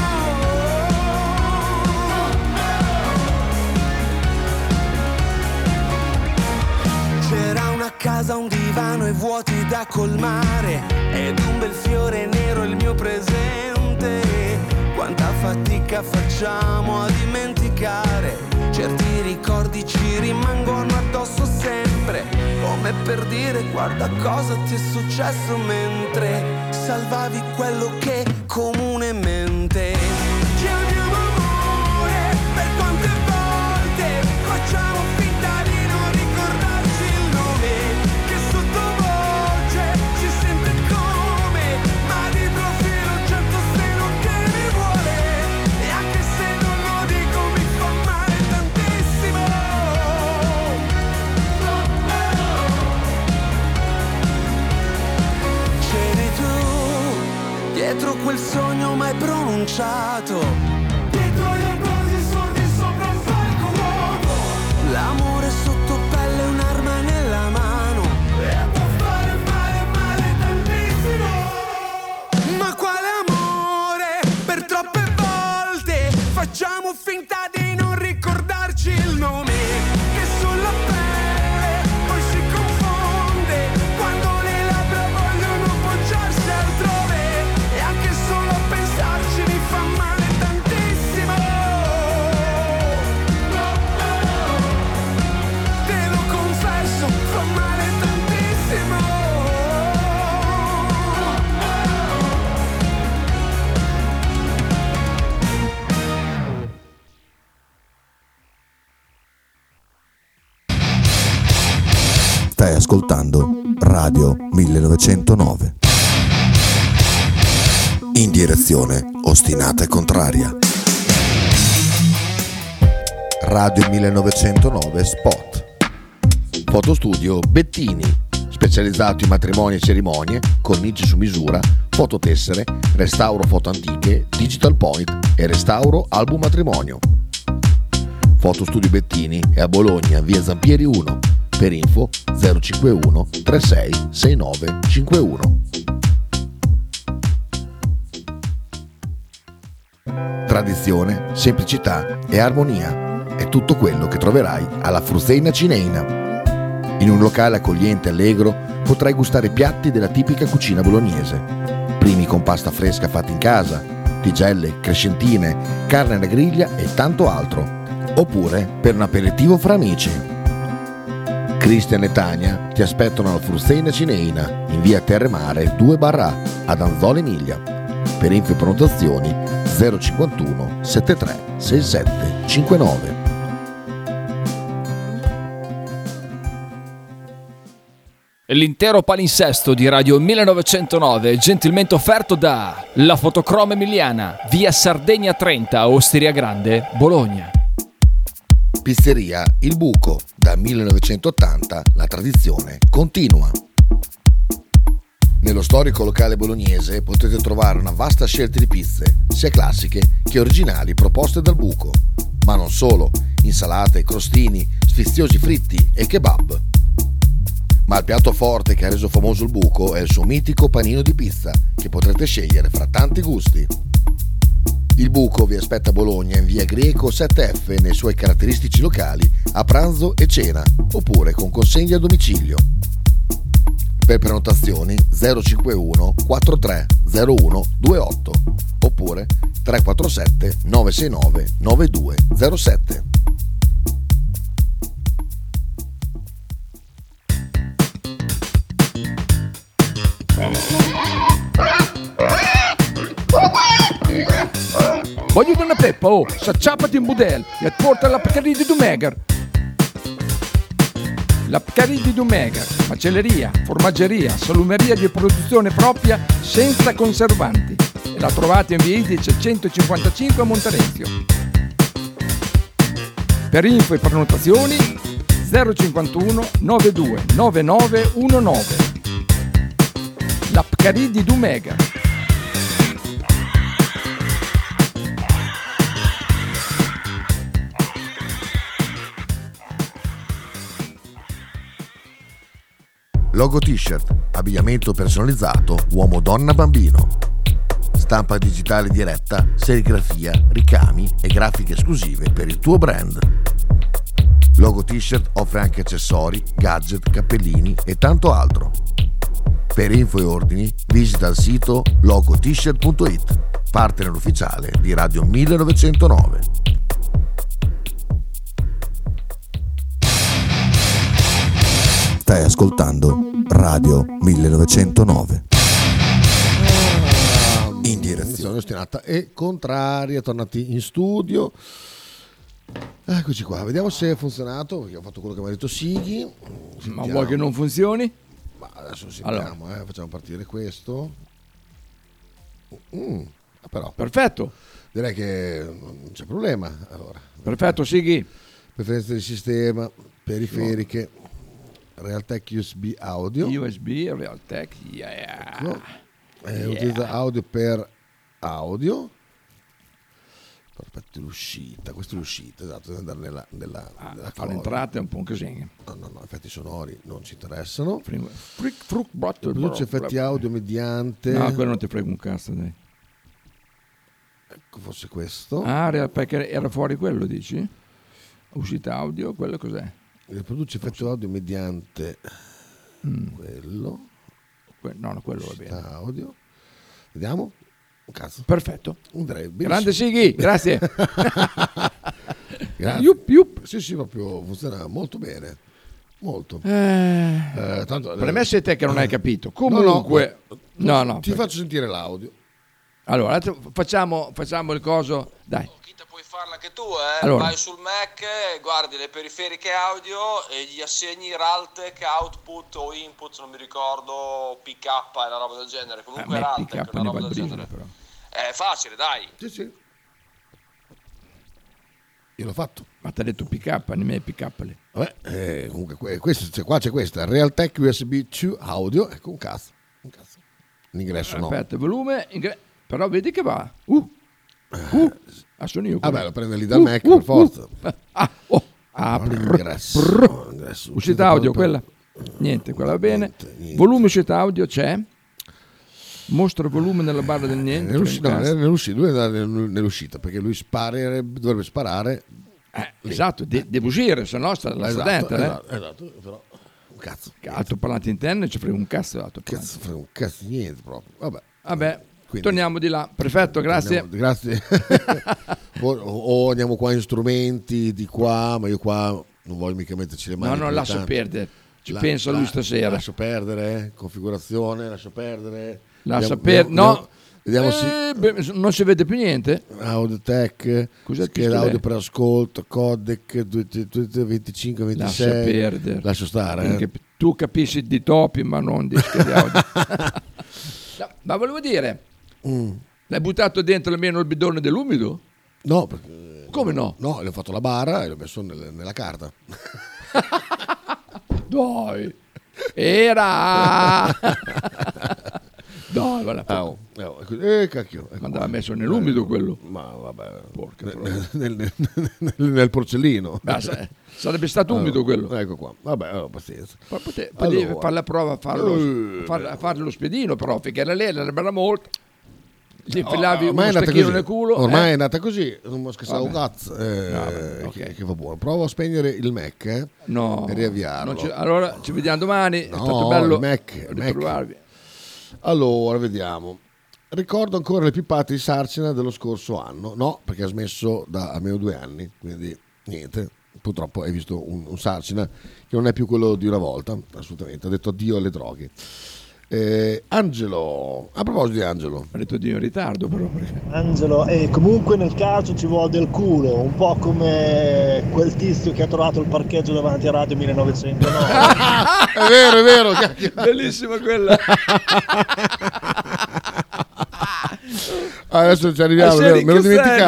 C'era una casa, un divano e vuoti da colmare, ed un bel fiore nero il mio presente. Quanta fatica facciamo a dimenticare, certi ricordi ci rimangono addosso sempre, come per dire guarda cosa ti è successo mentre salvavi quello che comunemente chiamiamo amore. Per quante volte facciamo finta di non ricordarci il nome, che sottovoce si sente come, ma di profilo c'è il tuo seno che mi vuole, e anche se non lo dico mi fa male tantissimo. C'eri tu dietro quel sogno mai pronunciato, dietro gli applausi sordi sopra un palco vuoto, l'amore sotto pelle, un'arma nella mano, e può fare male, male tantissimo. Ma quale amore? Per troppe volte facciamo finta di non ricordarci il nome, che sulla pelle poi si confonde quando le labbra vogliono poggiarsi altrove, e anche solo a pensarci mi fa male tantissimo. Te lo confesso, fa male tantissimo. Stai ascoltando Radio 1909. In direzione ostinata e contraria. Radio 1909 Spot. Fotostudio Bettini, specializzato in matrimoni e cerimonie, cornici su misura, fototessere, restauro foto antiche, digital point e restauro album matrimonio. Fotostudio Bettini è a Bologna, via Zampieri 1. Per info 051 36 69 51. Tradizione, semplicità e armonia è tutto quello che troverai alla Fruzeina Cineina. In un locale accogliente e allegro potrai gustare piatti della tipica cucina bolognese, primi con pasta fresca fatta in casa, tigelle, crescentine, carne alla griglia e tanto altro, oppure per un aperitivo fra amici. Cristian e Tania ti aspettano alla Fruzeina Cineina in via Terremare 2/A ad Anzola Emilia. Per info e prenotazioni 051 73 67 59. L'intero palinsesto di Radio 1909 è gentilmente offerto da La Fotocroma Emiliana, via Sardegna 30, Osteria Grande, Bologna. Pizzeria Il Buco, da 1980 la tradizione continua. Nello storico locale bolognese potete trovare una vasta scelta di pizze, sia classiche che originali proposte dal Buco, ma non solo, insalate, crostini, sfiziosi fritti e kebab. Ma il piatto forte che ha reso famoso il Buco è il suo mitico panino di pizza, che potrete scegliere fra tanti gusti. Il Buco vi aspetta a Bologna in via Greco 7F nei suoi caratteristici locali a pranzo e cena, oppure con consegna a domicilio. Per prenotazioni 051 4301 28 oppure 347 969 9207. Voglio una peppa, oh, s'acciappati in budel e porta la Pcaridi di Dumegar. La Pcaridi di Dumegar, macelleria, formaggeria, salumeria di produzione propria senza conservanti. e la trovate in via Idice 155 a Monterezio. Per info e prenotazioni 051 92 9919. La Pcari di Dumega. Logo t-shirt, abbigliamento personalizzato, uomo, donna, bambino. Stampa digitale diretta, serigrafia, ricami e grafiche esclusive per il tuo brand. Logo t-shirt offre anche accessori, gadget, cappellini e tanto altro. Per info e ordini visita il sito logotshirt.it, partner ufficiale di Radio 1909. Stai ascoltando Radio 1909. In direzione ostinata e contraria, tornati in studio. Eccoci qua, vediamo se è funzionato, perché ho fatto quello che mi ha detto Sighi. Ma vuoi che non funzioni? Ma adesso sentiamo, allora. Facciamo partire questo. Però perfetto. Direi che non c'è problema. Allora, perfetto, Sighi. Preferenze di sistema, periferiche, Realtek USB audio. USB, Realtek, yeah. Ecco. Utilizza audio per audio. Aspetta, l'uscita, questa è l'uscita, esatto, devo andare nella fare l'entrata è un po' un casino. No, effetti sonori non ci interessano. Produce Produce effetti audio mediante. No, quello non ti frega un cazzo, dai. Ecco, forse questo. Perché era fuori quello, dici? Uscita audio, quello cos'è? Produce effetti audio mediante quello. No, quello va bene. Audio. Vediamo. Un cazzo. Perfetto. Grande Sighi, grazie. Grazie. Yup. Sì, proprio funziona molto bene. Molto. Tanto, premesso è te che non hai capito. Comunque, no. Ti faccio sentire l'audio. Allora, facciamo il coso. Dai. Puoi farla anche tu, Allora. Vai sul Mac, guardi le periferiche audio e gli assegni Realtek output o input, non mi ricordo, PK e una roba del genere. Comunque Realtek, una roba del genere. Però. È facile, dai. Sì. Io l'ho fatto. Ma ti ha detto PK, non è PK lì. Vabbè, comunque qua c'è questa Realtek USB 2 audio, ecco un cazzo. L'ingresso no. Aspetta, volume, però vedi che va. Sono io. Vabbè, lo prende lì dal Mac per forza. Ingresso. Uscita audio, quella. Niente, quella va bene. Niente. Volume uscita audio c'è. Mostra volume nella barra del niente. Nell'uscita, lui è nell'uscita perché lui dovrebbe sparare. Esatto, deve uscire, se no sta dentro. Esatto, però un cazzo. Altoparlante interno ci frega un cazzo. Frega un cazzo niente proprio. Vabbè. Quindi, torniamo di là, perfetto, grazie. Grazie. o andiamo qua in strumenti di qua, ma io qua non voglio mica metterci le mani. No, non lascio perdere. Penso lui stasera. Lascio perdere, configurazione, lascio perdere. No. Vediamo non si vede più niente. Audiotech, scheda audio per ascolto, codec 25, 26. Lascia perdere. Lascio stare. Tu capisci di topi, ma non di schede audio. No, ma volevo dire, l'hai buttato dentro almeno il bidone dell'umido? No, perché... Come no? No, le ho fatto la barra e l'ho messo nella carta. Dai, era... Dai, guarda. Cacchio. Andava messo nell'umido quello. Ma vabbè. Porca nel porcellino. Sarebbe stato umido quello. Ecco qua. Vabbè, pazienza. Potevi fare la prova, fare lo spiedino, però, finché era lei, era molto. Gli infilavi uno stecchino nel culo. Ormai è andata così, non mi scherzavo un cazzo. Che va buono. Provo a spegnere il Mac, e riavviarlo. Allora, ci vediamo domani. È stato bello il Mac. Allora, vediamo. Ricordo ancora le pippate di Sarcina dello scorso anno. No, perché ha smesso da almeno 2 anni, quindi niente. Purtroppo hai visto un Sarcina che non è più quello di una volta, assolutamente. Ha detto addio alle droghe. Angelo, a proposito di Angelo, ha detto Dio in ritardo però perché... Angelo, comunque nel calcio ci vuole del culo, un po' come quel tizio che ha trovato il parcheggio davanti a Radio 1909. È vero, bellissima quella. Adesso ci arriviamo, me l'ho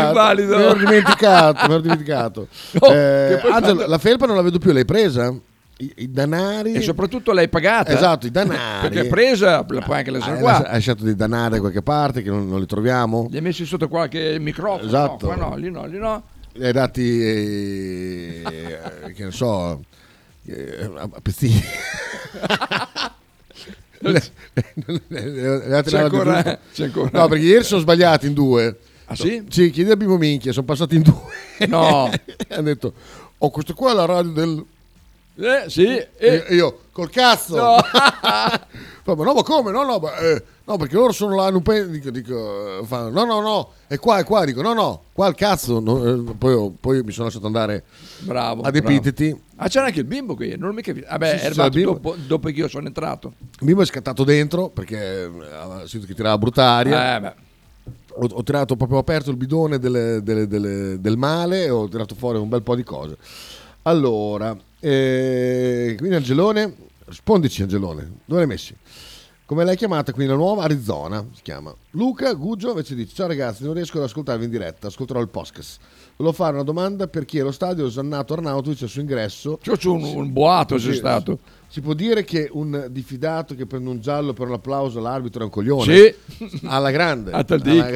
dimenticato. Angelo, la felpa non la vedo più, l'hai presa? I danari e soprattutto l'hai pagata. Esatto, i danari. Perché presa la puoi anche lasciare qua. Hai lasciato dei danari da qualche parte che non li troviamo. Li hai messi sotto qualche microfono. Esatto. No, lì no. Li hai dati che ne so a pezzini. C'è ancora. No, perché ieri sono sbagliati in 2. Ah sì? Sì, chiedi a Bimo Minchia, sono passati in 2. No. Hanno detto, questo qua è la radio del... Sì. Io, col cazzo. No. Ma come? No, perché loro sono là, dico, no, è qua, dico, no, qua il cazzo. Poi mi sono lasciato andare. Bravo. Ad epiteti. C'era anche il bimbo qui, non mi capisco. Vabbè, Sì, è arrivato dopo che io sono entrato. Il bimbo è scattato dentro perché ha sentito che tirava brutta aria. Ho tirato proprio aperto il bidone del male e ho tirato fuori un bel po' di cose. Allora, quindi Angelone, rispondici Angelone, dove l'hai messi? Come l'hai chiamata quindi la nuova? Arizona si chiama. Luca Guggio invece dice: ciao ragazzi, non riesco ad ascoltarvi in diretta, ascolterò il podcast. Volevo fare una domanda per chi è lo stadio Osannato Arnautovic al suo ingresso. C'è un boato c'è stato. Si può dire che un diffidato che prende un giallo per un applauso all'arbitro è un coglione? Sì. Alla grande. Hai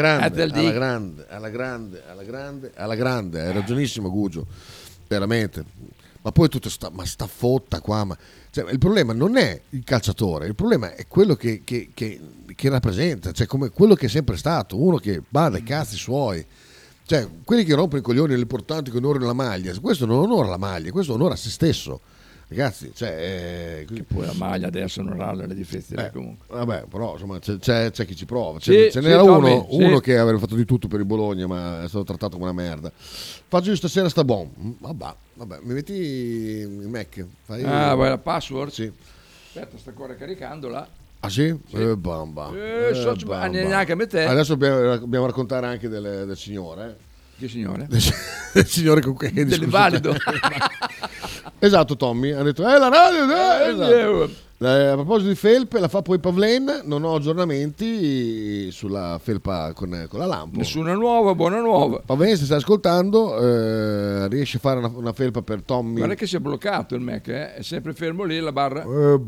ragionissimo Guggio, veramente. Ma poi tutto sta fotta qua, cioè, il problema non è il calciatore, il problema è quello che rappresenta, cioè come quello che è sempre stato, uno che bada ai cazzi suoi. Cioè, quelli che rompono i coglioni l'importante che onorano la maglia, questo non onora la maglia, questo onora se stesso. Ragazzi, che poi la maglia adesso non ha le difese comunque. Vabbè, però insomma c'è chi ci prova. Ce n'era uno che aveva fatto di tutto per il Bologna, ma è stato trattato come una merda. Faccio stasera sta buon. Vabbè, mi metti il Mac. Vai la password? Sì. Aspetta, sto ancora caricandola. Ah sì? Bamba. Neanche a me te. Adesso dobbiamo raccontare anche del signore. Che signore? Del signore con cui è dell'invalido. Esatto, Tommy ha detto la radio esatto. A proposito di felpe, la fa poi Pavlen. Non ho aggiornamenti sulla felpa con la lampo. Nessuna nuova, buona nuova. Pavlen, se stai ascoltando, riesci a fare una felpa per Tommy? Guarda che si è bloccato il Mac, è sempre fermo lì la barra.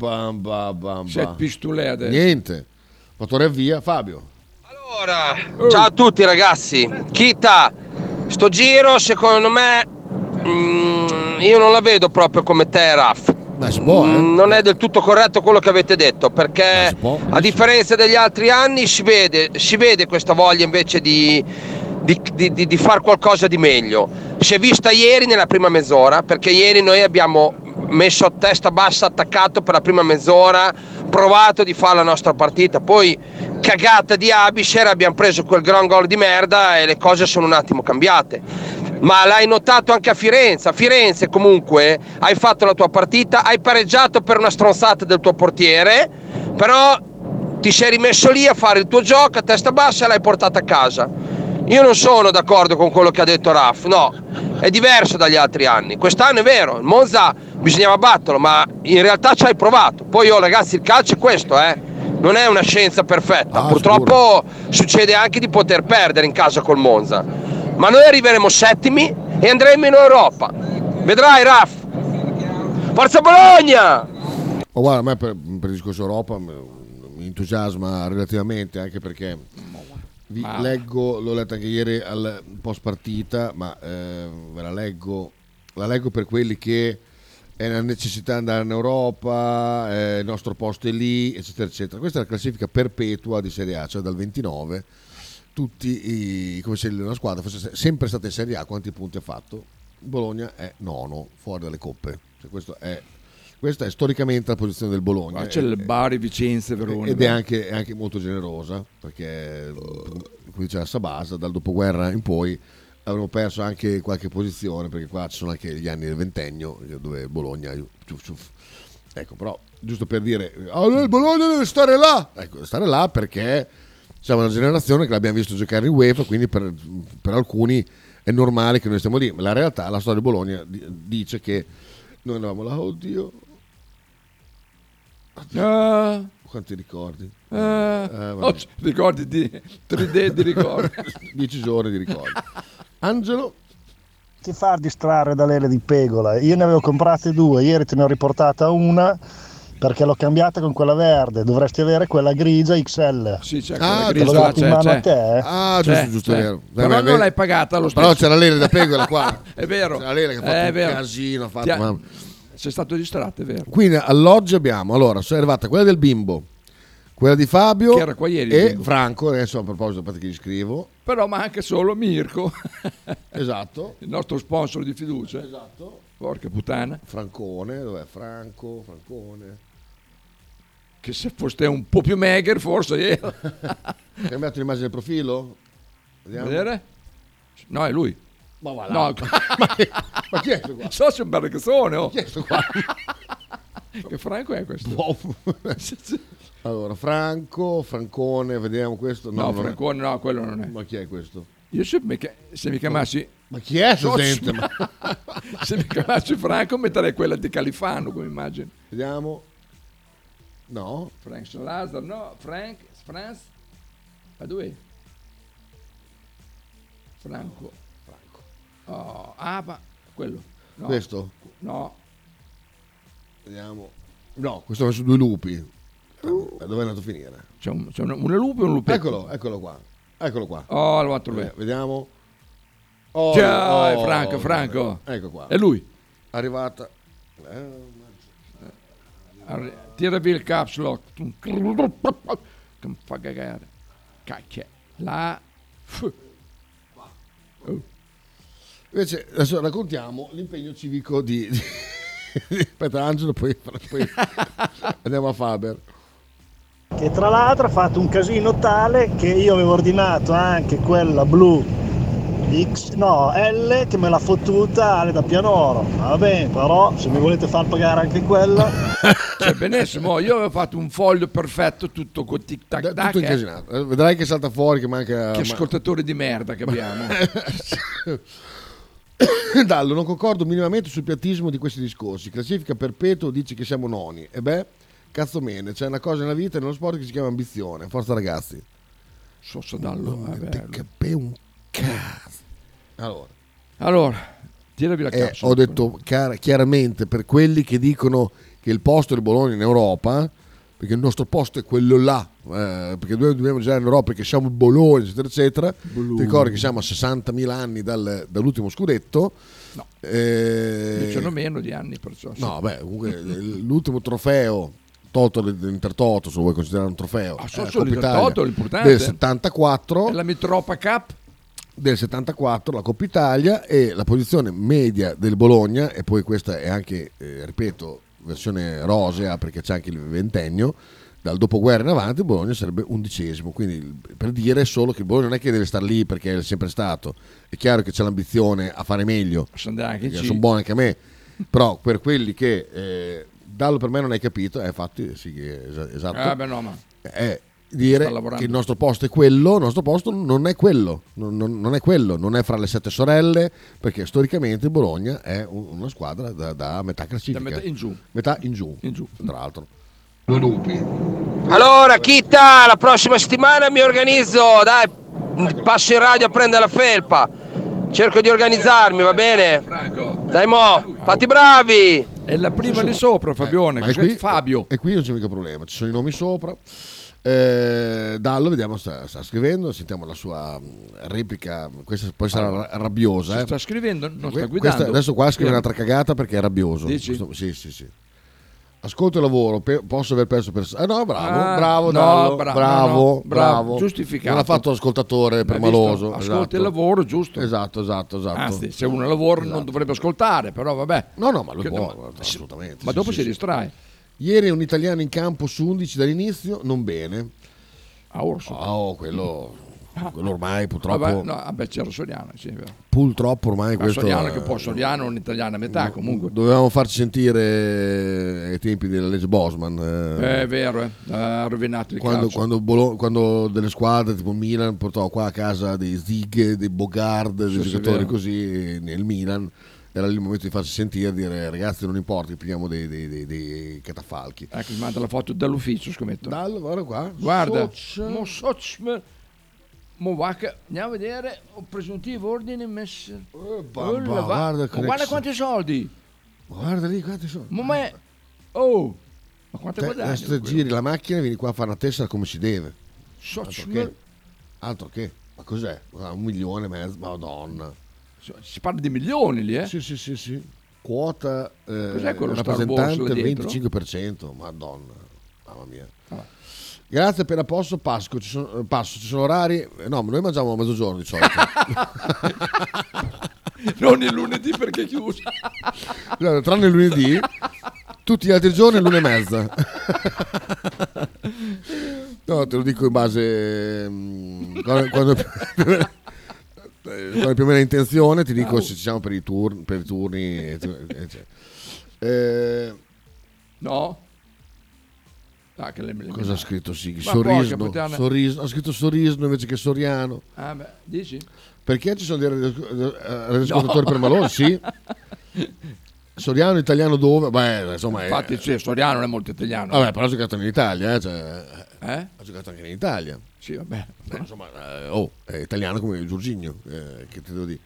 C'è pistolè adesso. Niente, fatore via. Fabio. Allora, ciao a tutti ragazzi. Kita, sto giro secondo me io non la vedo proprio come te, Raff. Non è del tutto corretto quello che avete detto, perché a differenza degli altri anni si vede questa voglia invece di fare qualcosa di meglio. Si è vista ieri nella prima mezz'ora, perché ieri noi abbiamo messo a testa bassa, attaccato per la prima mezz'ora, provato di fare la nostra partita, poi cagata di Abisher, abbiamo preso quel gran gol di merda e le cose sono un attimo cambiate. Ma l'hai notato anche a Firenze comunque hai fatto la tua partita, hai pareggiato per una stronzata del tuo portiere, però ti sei rimesso lì a fare il tuo gioco a testa bassa e l'hai portata a casa. Io non sono d'accordo con quello che ha detto Raff, no, è diverso dagli altri anni. Quest'anno è vero, il Monza bisognava batterlo, ma in realtà ci hai provato. Poi ragazzi, il calcio è questo, non è una scienza perfetta, purtroppo succede anche di poter perdere in casa col Monza. Ma noi arriveremo settimi e andremo in Europa. Vedrai, Raff. Forza Bologna! Guarda, a me per il discorso Europa mi entusiasma relativamente, anche perché l'ho letto anche ieri al post partita, ma ve la leggo per quelli che è la necessità di andare in Europa, il nostro posto è lì, eccetera, eccetera. Questa è la classifica perpetua di Serie A, cioè dal 29. Come se una squadra fosse sempre stata in Serie A, quanti punti ha fatto? Bologna è nono, fuori dalle coppe. Cioè questa è storicamente la posizione del Bologna. Ma c'è il Bari, Vicenza, Verona. Ed è anche molto generosa, perché come diceva Sabasa, dal dopoguerra in poi avremo perso anche qualche posizione, perché qua ci sono anche gli anni del ventennio, dove Bologna ecco, però giusto per dire il Bologna deve stare là, ecco, stare là perché siamo una generazione che l'abbiamo visto giocare in UEFA, quindi per alcuni è normale che noi stiamo lì. Ma la realtà, la storia di Bologna dice che noi andavamo là, oddio, Quanti ricordi? Ricordi di 3D di ricordi. 10 giorni di ricordi. Angelo? Ti fa distrarre dalle di Pegola? Io ne avevo comprate 2, ieri te ne ho riportata una perché l'ho cambiata con quella verde. Dovresti avere quella grigia XL. Sì, c'è quella grigia. Te l'ho dato in mano a te? Giusto, è vero. Però non l'hai pagata lo stesso. Però c'è la Lele da Pegola qua. È vero. C'è la Lele che ha fatto un casino. Sei stato distratto, è vero. Quindi alloggi abbiamo, allora, sono arrivata quella del bimbo, quella di Fabio che era qua ieri, e Franco, adesso a proposito, aspetta che gli scrivo. Però ma anche solo Mirko. Esatto. Il nostro sponsor di fiducia. Esatto. Porca puttana. Francone, dov'è Francone? Che se fosse un po' più mager forse io. Hai cambiato l'immagine del profilo? Vediamo. Vedere? No, è lui. Ma va là. No. ma chi è questo qua? So, c'è un bel ragazzone. Chi è questo qua? Che Franco è questo? Allora, Francone, vediamo questo. No, Francone no, quello non è. Ma chi è questo? Io se mi chiamassi... Ma chi è questa gente? Se mi chiamassi Franco metterei quella di Califano come immagine. Vediamo. No. Frank Salazar, no. Franz. Ma dove? Franco. Oh, ma quello. No. Questo? No. Vediamo. No, questo ha messo 2 lupi. Dove è andato a finire? C'è un lupo e un lupetto. Eccolo qua. Oh, lo trovato. Vediamo. È Franco. Ecco qua. È lui. Arrivata. Tira via il caps lock. Che mi fa cagare. Cacchia. Là. Invece adesso raccontiamo l'impegno civico di aspetta Angelo, poi andiamo a Faber. Che tra l'altro ha fatto un casino tale che io avevo ordinato anche quella blu L che me l'ha fottuta Ale da Pianoro. Va bene, però se mi volete far pagare anche quella. Cioè, benissimo, io avevo fatto un foglio perfetto tutto con tic tac tac. Tutto incasinato. Vedrai che salta fuori che manca. Che ascoltatori di merda che abbiamo. Dallo, non concordo minimamente sul piattismo di questi discorsi. Classifica perpetuo, dici che siamo noni. E beh, cazzo mene, c'è una cosa nella vita e nello sport che si chiama ambizione. Forza ragazzi. Sosso Dallo, un cazzo. Allora, tiravi la cazzo. Ho detto chiaramente per quelli che dicono che il posto del Bologna in Europa, perché il nostro posto è quello là, perché noi dobbiamo girare in Europa perché siamo il Bologna, eccetera eccetera. Ti ricordi che siamo a 60.000 anni dall'ultimo scudetto? No, c'hanno meno di anni perciò. No, beh, comunque l'ultimo trofeo tolto l'Intertoto, se lo vuoi considerare un trofeo, l'Intertoto è l'importante, del 74, è la Mitropa Cup del 74, la Coppa Italia, e la posizione media del Bologna, e poi questa è anche, ripeto, versione rosea perché c'è anche il ventennio, dal dopoguerra in avanti il Bologna sarebbe 11esimo, quindi per dire solo che il Bologna non è che deve stare lì perché è sempre stato, è chiaro che c'è l'ambizione a fare meglio, sono buoni anche a me, però per quelli che Dallo per me non hai capito, infatti sì, esatto, è dire che il nostro posto è quello, il nostro posto non è quello, non è quello, non è fra le 7 sorelle, perché storicamente il Bologna è una squadra da metà classifica, metà in giù, tra l'altro. Allora Chita, la prossima settimana mi organizzo, dai, passo in radio a prendere la felpa, cerco di organizzarmi, va bene? Dai mo, fatti bravi! È la prima lì sopra, Fabione, qui, Fabio. E qui non c'è mica problema, ci sono i nomi sopra. Dallo, vediamo, sta scrivendo, sentiamo la sua replica, questa poi sarà rabbiosa. Sta scrivendo, non sta guidando. Adesso qua scrive un'altra cagata perché è rabbioso. Dici? Sì. Ascolto e lavoro, posso aver perso bravo Dallo, bravo. Giustificato. Non ha fatto l'ascoltatore permaloso. Ascolta e lavoro, giusto. Esatto. Anzi, se uno lavora non dovrebbe ascoltare, però vabbè. No, ma lui può, assolutamente. Ma dopo si distrae. Ieri un italiano in campo su 11 dall'inizio, non bene. Quello ormai purtroppo. C'era Soriano, sì, vero. Purtroppo ormai questo. Soriano che può Soriano è un italiano a metà comunque. Dovevamo farci sentire ai tempi della legge Bosman. È vero, ha rovinato il calcio. Quando delle squadre tipo Milan portò qua a casa dei Zig, dei Bogard, dei giocatori così nel Milan. era lì il momento di farsi sentire, dire ragazzi non importa che prendiamo dei catafalchi. Ecco, mi manda la foto dall'ufficio, scommetto. Guarda qua. Guarda. Andiamo a vedere. Presuntivo ordine messo. Guarda quanti soldi. Guarda lì quanti soldi. Ma quanto guadagni? Adesso giri la macchina e vieni qua a fare una tessera come si deve. Altro che. Ma cos'è? 1,5 milioni, madonna. Si parla di milioni lì, eh? Sì. Quota cos'è quello rappresentante il 25%. Madonna, mamma mia. Grazie per apposto Pasco. Ci sono orari. No, noi mangiamo a mezzogiorno di solito. Non il lunedì perché è chiuso. No, tranne il lunedì, tutti gli altri giorni l'1:30. No, te lo dico in base quando più o meno intenzione, ti dico se ci siamo per i turni. No. Cosa ha scritto Sighi? Sorriso. Ha scritto Sorriso invece che Soriano. Ah, beh, dici? Perché ci sono dei riscontatori per Malone? Sì. Soriano italiano dove? Beh, insomma. Infatti, Soriano non è molto italiano. Vabbè, però ha giocato in Italia, ha giocato anche in Italia. Sì, vabbè. Però, insomma, è italiano come Giorginio, che te devo dire.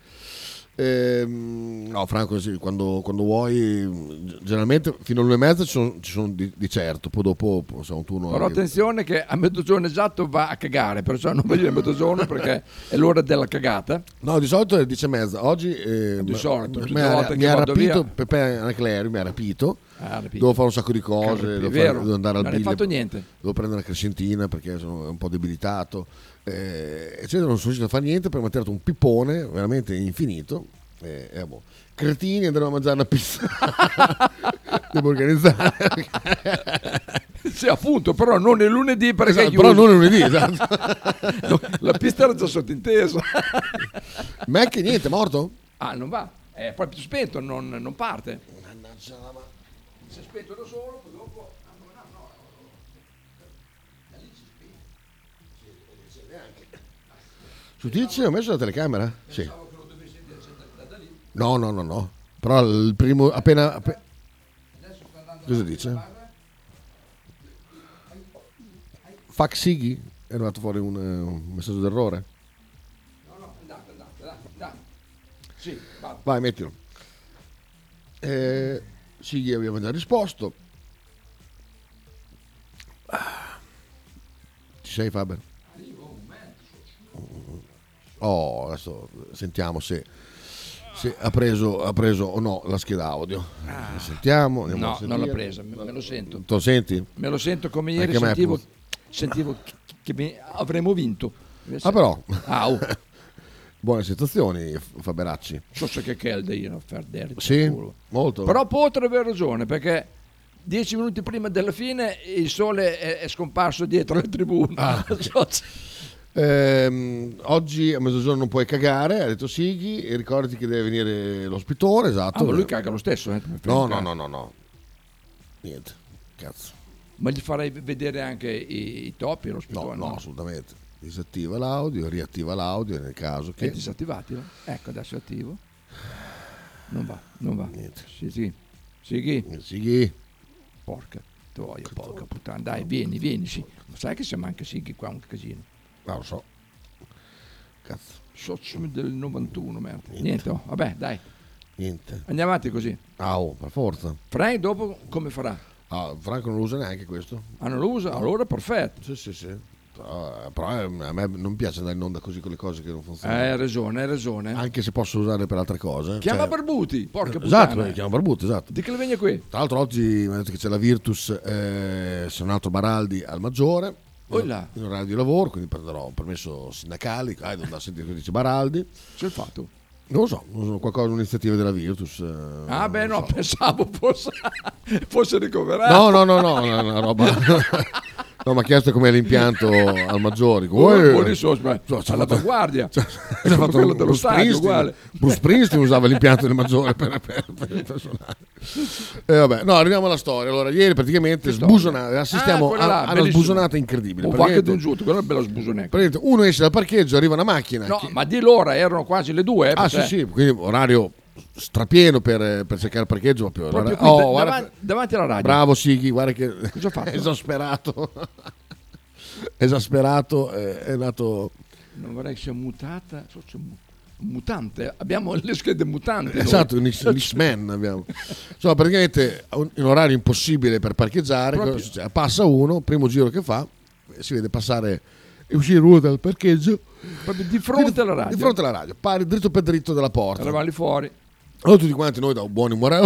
No, Franco, sì, quando vuoi, generalmente fino all'1:30 ci sono di certo, poi dopo c'è un turno. Però attenzione che a mezzogiorno esatto va a cagare, perciò non voglio a mezzogiorno perché è l'ora della cagata. No, di solito è 10:30. Oggi di solito mi ha rapito Pepe Anaclerio, mi ha rapito. Devo fare un sacco di cose, devo andare al non hai fatto niente. Devo prendere una crescentina perché sono un po' debilitato, eccetera. Non sono riuscito a fare niente perché mi ha tirato un pippone veramente infinito. Cretini, andremo a mangiare una pizza. Devo organizzare. Sì, appunto, però non il lunedì perché esatto, però non il lunedì, esatto. La pista era già sottintesa. Ma è che niente, è morto? Ah, non va, è proprio spento, non parte. Si è spento da solo, poi dopo. Su Twitch ho messo la telecamera? Sì. No. Però il primo appena cosa dice? Fuck Sighi? È arrivato fuori un messaggio d'errore? No, andate, dai. Sì, vai, mettilo. Sighi abbiamo già risposto. Ci sei, Faber? Adesso sentiamo se ha preso o no la scheda audio. Sentiamo. No, non l'ha presa, me lo sento. Tu lo senti? Me lo sento come ieri, sentivo che avremmo vinto. Però. Buone situazioni, Faberacci. So che calda io, sì, molto. Però potrebbe aver ragione, perché 10 minuti prima della fine il sole è scomparso dietro le tribune. Oggi a mezzogiorno non puoi cagare, ha detto Sighi, e ricordati che deve venire l'ospitore, esatto. Ma lui caga lo stesso, No. Niente, cazzo. Ma gli farei vedere anche i topi l'ospitore? No, assolutamente. Disattiva l'audio, riattiva l'audio nel caso che... È disattivatelo? Ecco, adesso è attivo. Non va. Niente. Sighi. Porca puttana. Dai, vieni, sì. Sai che siamo anche Sighi qua, un casino. No, lo so. Cazzo. Socio del 91, merda. Niente, vabbè, dai. Niente. Andiamo avanti così. Per forza. Frank dopo come farà? Franco non lo usa neanche questo. Non lo usa? Allora perfetto. Sì. Però a me non piace andare in onda così con le cose che non funzionano. Hai ragione. Anche se posso usare per altre cose. Chiama Barbuti, porca puttana. Esatto, chiama Barbuti, esatto. Di che le viene qui? Tra l'altro oggi mi ha detto che c'è la Virtus, c'è un altro Baraldi al Maggiore. In orario di lavoro, quindi prenderò un permesso sindacale. Devo andare a sentire cosa dice Baraldi. C'è il fatto? Non lo so, qualcosa, un'iniziativa della Virtus. Pensavo fosse ricoverato. No, una roba. No, mi ha chiesto com'è l'impianto al Maggiore. All'avanguardia. Ha fatto quello dello stadio, uguale. Bruce Springsteen usava l'impianto del Maggiore per il personale. Vabbè, arriviamo alla storia. Allora, ieri praticamente assistiamo a una sbusonata incredibile. Quella è bella sbusonetta. Uno esce dal parcheggio, arriva una macchina. Ma di l'ora erano quasi le 2. Sì, quindi orario strapieno per cercare parcheggio proprio qui, davanti alla radio. Bravo Sighi, guarda che cosa ho fatto? esasperato è nato. Non vorrei che sia mutata, mutante, abbiamo le schede mutanti. Esatto, un X-Men abbiamo. Insomma, praticamente in orario impossibile per parcheggiare, passa uno, primo giro che fa, si vede passare e uscire uno dal parcheggio proprio di fronte alla radio. Di fronte alla radio, pari dritto per dritto dalla porta. Eravamo lì fuori. Allora tutti quanti noi da buoni umori.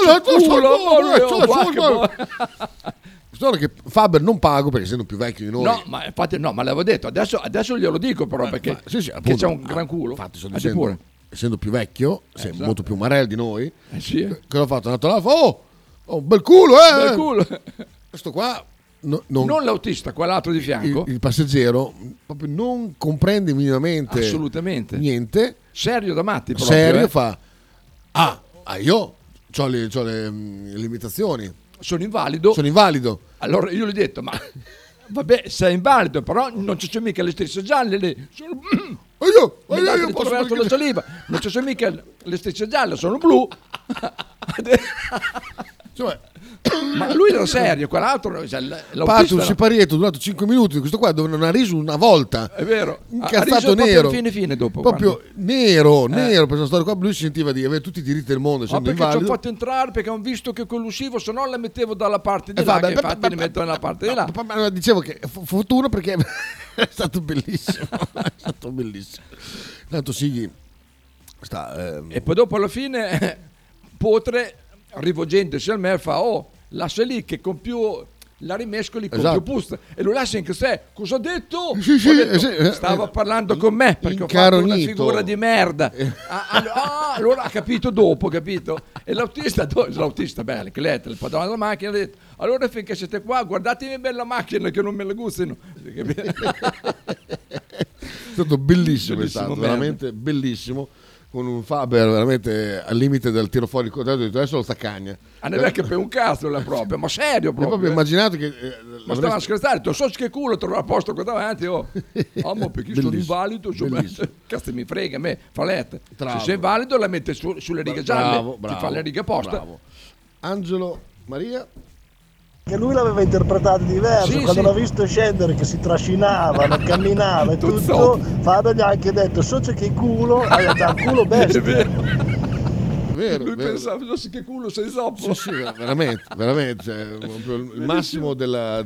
Solo che Faber non pago perché essendo più vecchio di noi. No, ma infatti ma l'avevo detto, adesso glielo dico però perché che c'è un gran culo. Infatti sto dicendo, essendo più vecchio, sei molto più marel di noi. Sì. Cosa ho fatto? È andato là, oh, bel culo, Bel culo. Questo qua non l'autista, quell'altro di fianco. Il passeggero proprio non comprende minimamente assolutamente niente. Serio da matti proprio. Serio fa. Io ho le limitazioni. Sono invalido. Allora io gli ho detto, ma vabbè, sei invalido, però non c'è mica le strisce gialle lì. Io posso verso la saliva. Non c'è mica le strisce gialle, sono blu. Ma lui era serio, quell'altro un siparietto durato 5 minuti, questo qua non ha riso una volta. È vero. Incazzato nero. Fine dopo. Proprio nero per questa storia qua. Lui si sentiva di avere tutti i diritti del mondo. Ma perché ci ho fatto entrare perché ho visto che con l'uscivo, se no la mettevo dalla parte di là. Infatti li metto nella parte di là. Ma dicevo che fortuna perché è stato bellissimo. È stato bellissimo. Tanto Sighi e poi dopo alla fine Potre rivolgendosi a me fa lascia lì che con più la rimescoli con più puzza e lo lascia in che sé. Cosa ho detto? Stava parlando con me perché ho fatto una figura di merda. Allora ha capito dopo, capito? E l'autista beh, che lei, il padrone della macchina ha detto allora finché siete qua guardatemi bene la macchina che non me la gustino. È stato bellissimo, è stato veramente bellissimo. Con un Faber veramente al limite del tiro fuori, adesso lo staccagna. Non è che per un cazzo la proprio, ma serio proprio. Ho proprio immaginato che ma stava a scherzare, tu so che culo trovare a posto qua davanti, perché sono invalido, cazzo mi frega a me, falette. Se sei invalido la mette sulle righe gialle, ti fa le righe apposta. Angelo Maria. Che lui l'aveva interpretato diverso, quando l'ha visto scendere che si trascinava, non camminava e tutto, Fabio gli ha anche detto c'è che culo, hai un culo bestia. Vero, lui pensava che culo sei zoppo. Sì, veramente il massimo del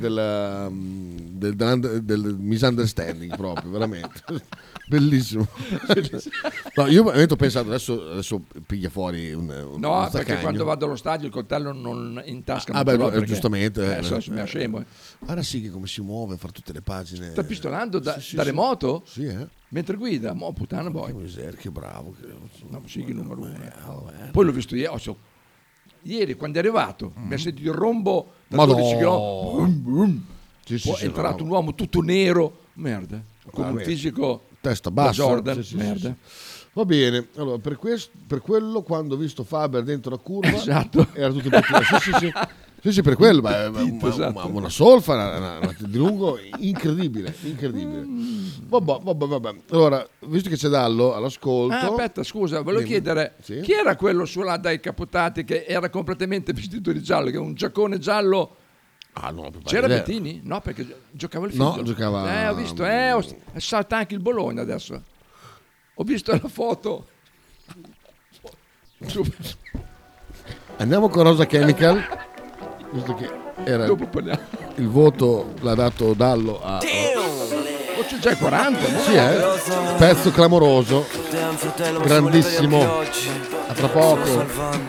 misunderstanding proprio, veramente. Bellissimo. No, io ho pensato adesso piglia fuori un perché quando vado allo stadio il coltello non in tasca. Giustamente. Adesso mi scemo. Guarda sì che come si muove a fare tutte le pagine. Sta pistolando da remoto? Sì, mentre guida, puttana boy. Che bravo. No, sì, che numero uno. Poi l'ho visto ieri quando è arrivato, mi ha sentito il rombo da 12 km. È entrato un uomo tutto nero, merda, con un fisico testa bassa, Jordan, merda. Va bene, allora per quello quando ho visto Faber dentro la curva era tutto sì, per quello, una solfa di lungo incredibile. Vabbè. Allora, visto che c'è Dallo all'ascolto. Aspetta, scusa, volevo chiedere chi era quello su là dai Caputati che era completamente vestito di giallo, che un giaccone giallo. C'era Bettini? No, perché giocava il figlio. No, giocava. Ho visto, salta anche il Bologna adesso. Ho visto la foto. Andiamo con Rosa Chemical, visto che era il voto l'ha dato Dallo a. C'è già 40, no? Sì, pezzo clamoroso, grandissimo. A tra poco.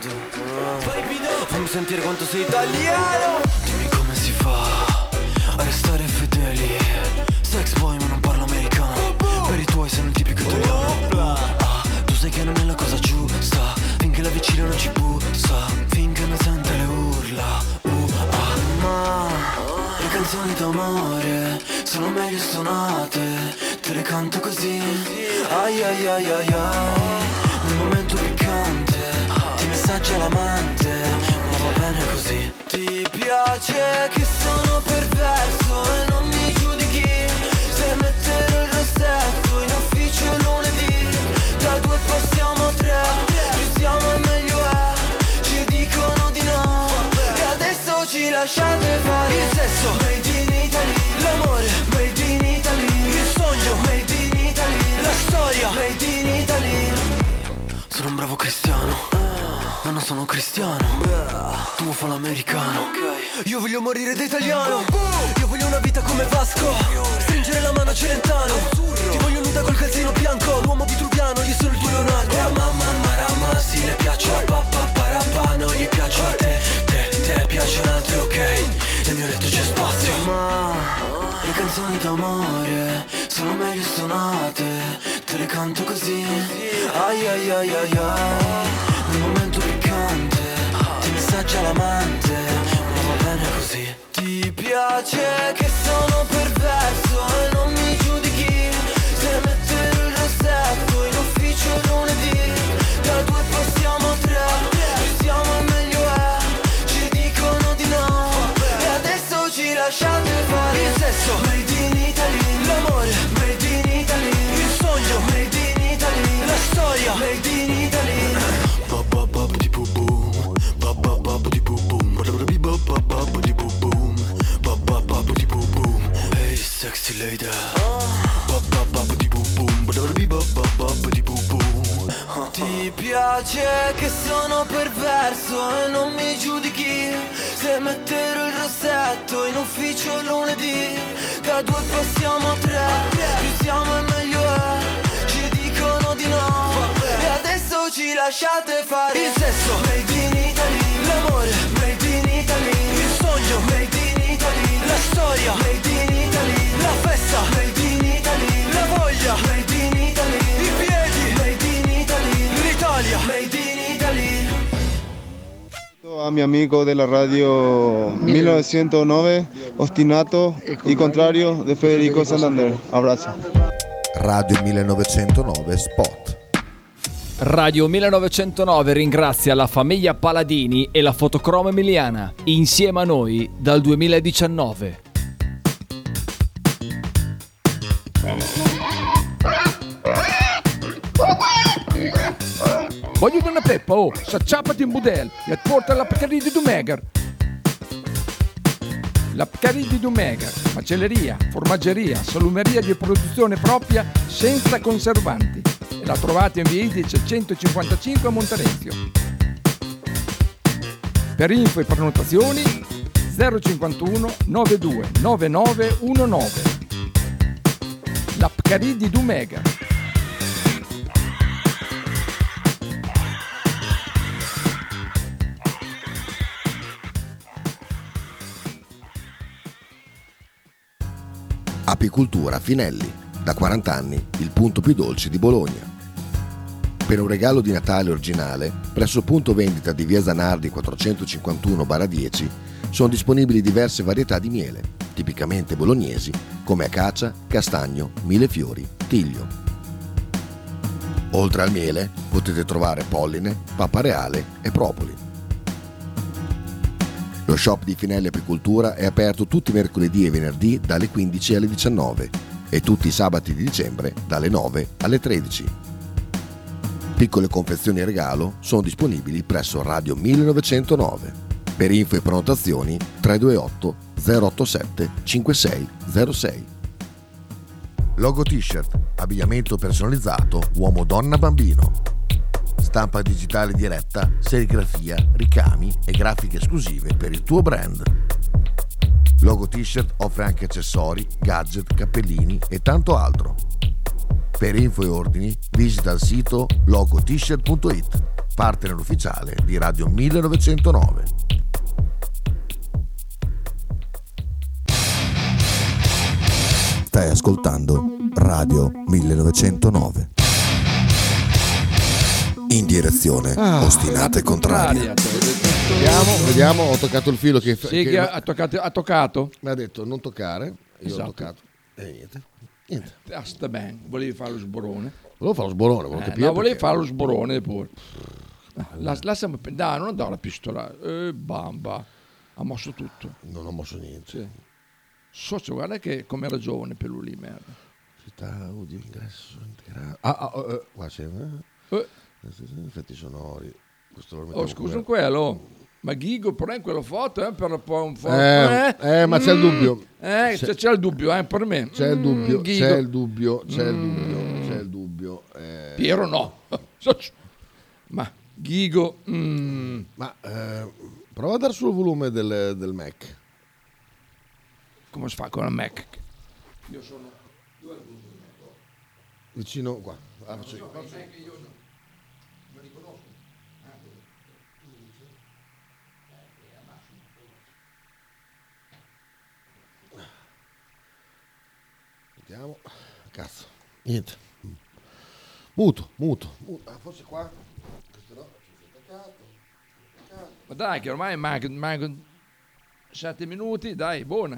Fammi sentire quanto sei italiano. Dimmi come si fa a restare fedeli. Sex boy ma non parlo americano. Per i tuoi sei un tipico italiano. Tu sai che non è la cosa giusta. Finché la vicina non ci bussa. Finché non sente le urla. Ma le canzoni d'amore sono meglio suonate. Te le canto così. Ai ai ai ai ai. Nel momento piccante ti messaggia l'amante. Va bene così. Ti piace che sono perverso e non mi giudichi. Se metterò il rossetto in ufficio lunedì. Da 2 passiamo a 3, ci siamo ma non sono cristiano. Tu fa l'americano, io voglio morire da italiano. Io voglio una vita come Vasco, stringere la mano a Celentano. Ti voglio nuda col calzino bianco, l'uomo vitruviano, io sono il tuo Leonardo. Mamma marama, sì le piace a papà parapà, non gli piaccio a te piacciono altri, ok, nel mio letto c'è spazio. Ma le canzoni d'amore sono meglio suonate, te le canto così. Ai ai ai ai ai, nel momento piccante ti messaggia l'amante, ma va bene così. Ti piace che sono perverso e non mi giudichi se mettere il rossetto in ufficio lunedì. Da 2 passiamo a 3, più siamo e meglio è, ci dicono di no e adesso ci lasciate fare. Il sesso made in Italy, l'amore made in Italy, il sogno made in Italy, la storia made in Italy. Hey sexy lady, ti piace che sono perverso e non mi giudichi se metterò il rossetto in ufficio lunedì. Da 2 passiamo a 3, più siamo e meglio è, ci dicono di no e adesso ci lasciate fare. Il sesso made in Italy, l'amore made in Italy, il sogno made in Italy, la storia made in Italy, la festa made in Italy, la voglia made in Italy, i piedi made in Italy, l'Italia made in Italy. A mi amico della radio 1909, ostinato y contrario de Federico Santander. Abbraccio. Radio 1909 Spot. Radio 1909 ringrazia la famiglia Paladini e la Fotocromo Emiliana, insieme a noi dal 2019. Voglio una peppa, oh, s'acciappati in budel e porta la Pcaridi di Dumegar. La Pcaridi di Dumegar, macelleria, formaggeria, salumeria di produzione propria senza conservanti. E la trovate in via Idice 155 a Monterezio. Per info e prenotazioni 051 92 9919. La Pcaridi di Dumegar. Apicoltura Finelli, da 40 anni il punto più dolce di Bologna. Per un regalo di Natale originale, presso il punto vendita di via Zanardi 451/10 sono disponibili diverse varietà di miele, tipicamente bolognesi, come acacia, castagno, millefiori, tiglio. Oltre al miele potete trovare polline, pappa reale e propoli. Lo shop di Finelli Apicoltura è aperto tutti i mercoledì e venerdì dalle 15 alle 19 e tutti i sabati di dicembre dalle 9 alle 13. Piccole confezioni e regalo sono disponibili presso Radio 1909. Per info e prenotazioni 328 087 5606. Logo T-shirt, abbigliamento personalizzato uomo, donna, bambino. Stampa digitale diretta, serigrafia, ricami e grafiche esclusive per il tuo brand. Logo T-shirt offre anche accessori, gadget, cappellini e tanto altro. Per info e ordini visita il sito logotshirt.it, partner ufficiale di Radio 1909. Stai ascoltando Radio 1909. In direzione ostinata e contraria. Vediamo, ho toccato il filo che ha toccato? Mi ha detto non toccare, io Esatto. ho toccato e niente. Sta bene, volevi fare lo sborone. Volevo fare lo sborone, volevo capire. No, volevi perché. fare lo sborone pure. Dai, non do la pistola. Bamba. Ha mosso tutto. Non ho mosso niente. Sì. Socio, guarda che come era giovane per lui lì, merda. Città, audio, ingresso, integrato. Qua c'è. Effetti sonori. Questo lo mettiamo Scusa come- quello. Ma Ghigo, però in quella foto, per un po'. ma c'è il dubbio. C'è il dubbio, per me. C'è il dubbio, Ghigo. c'è il dubbio. Piero no. Ma Ghigo. Ma prova a dare sul volume del Mac. Come si fa con il Mac? Io sono vicino qua. Faccio io. Vediamo. Cazzo. Niente. Muto. Forse qua. Questo no. Ma dai, che ormai mancano 7 minuti, dai, buona.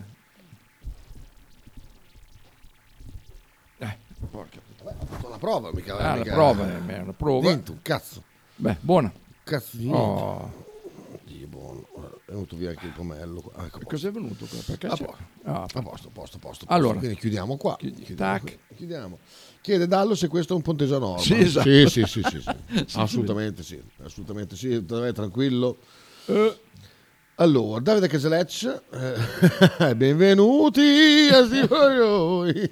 Porca puttana. Ho fatto una prova, mica. La prova, è una prova. Niente, un cazzo. Beh, buona. Cazzo di niente. Dio buono. È venuto via anche il pomello. Cos'è venuto qua? Perché a posto. Allora. Quindi chiudiamo qua. Tac. Chiudiamo. Chiede Dallo se questo è un ponteggio a norma. Sì, esatto. Sì. Assolutamente sì. Tranquillo. Allora, Davide Casalec, benvenuti a Signori.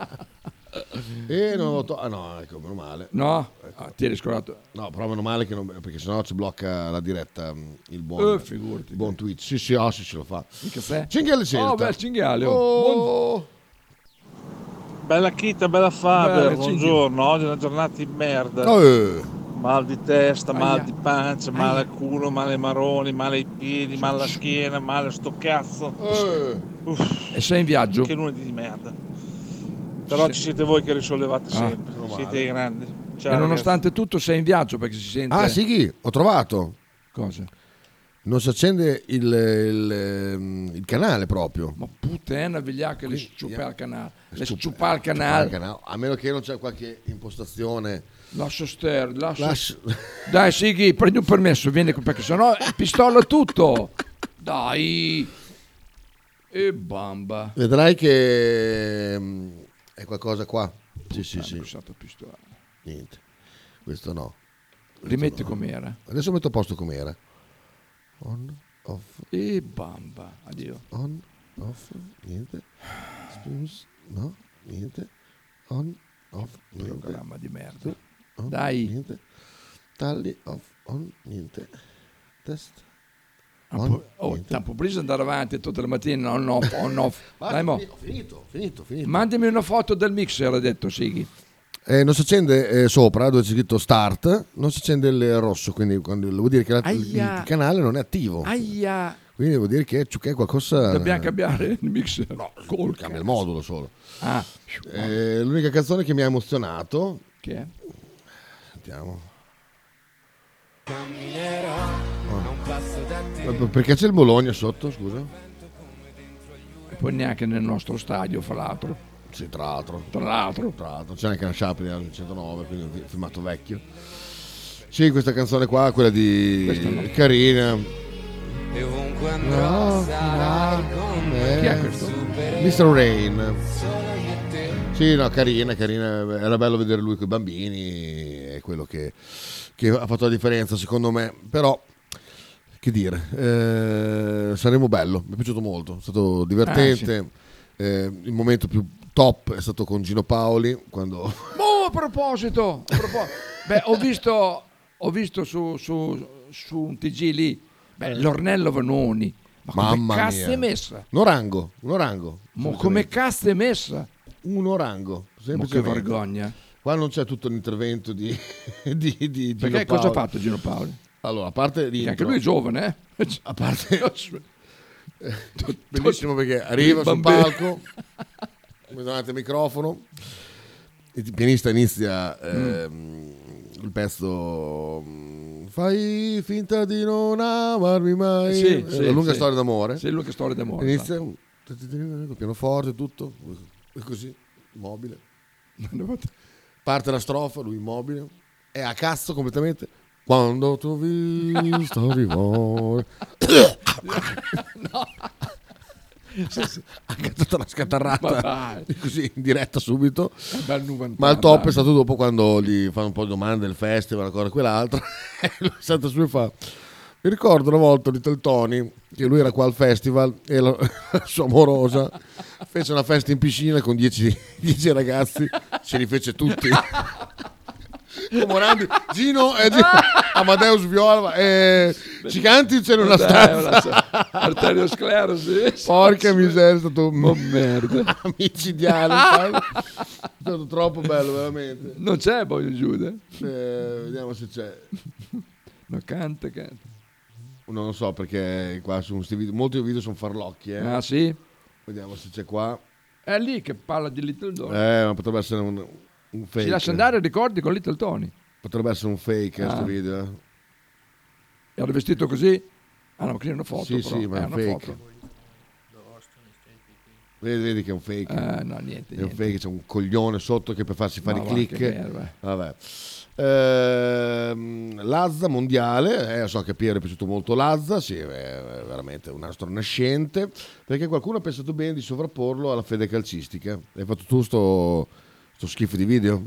E non ho no, ecco, meno male. No, ecco. ti eri scorato. No, però meno male che perché sennò ci blocca la diretta il buon, figurati. Il buon Twitch. Sì, ce lo fa. Cinghiale Celta. Oh, bel cinghiale. Bella Chita, bella Faber, buongiorno. Oggi è una giornata di merda. Mal di testa, mal di pancia, male al culo, male ai maroni, male ai piedi, male alla schiena, male a sto cazzo. E sei in viaggio? Che lunedì di merda. Però ci siete voi che risollevate sempre. Siete i grandi. Ciao, e nonostante tutto sei in viaggio perché si sente. Ah, sì, ho trovato. Cosa? Non si accende il canale proprio. Ma puttana vigliacca le sciupa al canale. Le sciupa al canale. A meno che non c'è qualche impostazione. Lascia stare. Dai, Sighi, prendi un permesso, vieni perché sennò pistola tutto. Dai. E bamba. Vedrai che è qualcosa qua. Sì. Pistola. Niente. Questo no. Rimetti com'era. Adesso metto a posto com'era. On, off. E bamba. Addio. On, off. Niente. Spins. No. Niente. On, off. Niente. Programma di merda. On, dai. Niente. Tagli, off. On. Niente. Test. Tempo preso andare avanti tutte le mattine. On, off. Dai, mo. Finito. Mandami una foto del mixer, ha detto Sighi. Non si accende sopra dove c'è scritto start, non si accende il rosso, quindi vuol dire che il canale non è attivo. Quindi vuol dire che c'è qualcosa. Dobbiamo cambiare il mixer. No, cambia il modulo solo. L'unica canzone che mi ha emozionato. Che è? Sentiamo. Perché c'è il Bologna sotto, scusa? E poi neanche nel nostro stadio, fra l'altro. Sì, tra l'altro c'è anche una Sciapri al 109, quindi un filmato vecchio. Sì, questa canzone qua, quella di Carina. E ovunque andrò sarai con me. Chi è questo? Mr. Rain. Sì, no, Carina, era bello vedere lui con i bambini, è quello che ha fatto la differenza secondo me, però che dire, Sanremo bello, mi è piaciuto molto, è stato divertente. Sì. Il momento più top è stato con Gino Paoli quando... a proposito. Beh, ho visto su un TG lì l'Ornello Vanoni. Ma come cazzo è messa? Un orango. Ma come cazzo è messa? Un orango. Ma che vergogna. Qua non c'è tutto l'intervento di Gino Perché Paoli. cosa ha fatto Gino Paoli? Allora, a parte anche lui è giovane, A parte bellissimo perché arriva sul palco davanti al microfono, il pianista inizia il pezzo fai finta di non amarmi mai, la lunga storia d'amore. Sì, lunga storia d'amore. Inizia col pianoforte tutto e così immobile, parte la strofa, lui immobile, è a cazzo completamente. Quando t'ho visto arrivare ha cantato la scatarrata così in diretta subito, ma il top è stato dopo quando gli fanno un po' di domande del festival, una cosa e quell'altra e lui salta su e fa: mi ricordo una volta Little Tony che lui era qua al festival e la sua amorosa fece una festa in piscina con 10 ragazzi, ce li fece tutti. Morandi, Gino Amadeus Viola, ci canti c'è in una stanza. Arteriosclerosi. Porca miseria, è stato merda. micidiale. È stato troppo bello, veramente. Non c'è poi Giuda? Vediamo se c'è. No, canta. Non lo so, perché qua su questi video, molti video sono farlocchi. Ah, sì? Vediamo se c'è qua. È lì che parla di Little Tony. Ma potrebbe essere un fake. Si lascia andare ricordi con Little Tony. Potrebbe essere un fake questo video. Era vestito così? Ah no, qui è una foto. Sì, però. sì, ma è un fake. Foto. Vedi che è un fake. No, niente. È un fake, c'è un coglione sotto che per farsi fare i click. Vabbè. Lazza mondiale, so che a Piero è piaciuto molto Lazza, sì, è veramente un astro nascente, perché qualcuno ha pensato bene di sovrapporlo alla fede calcistica. Hai fatto tu sto schifo di video?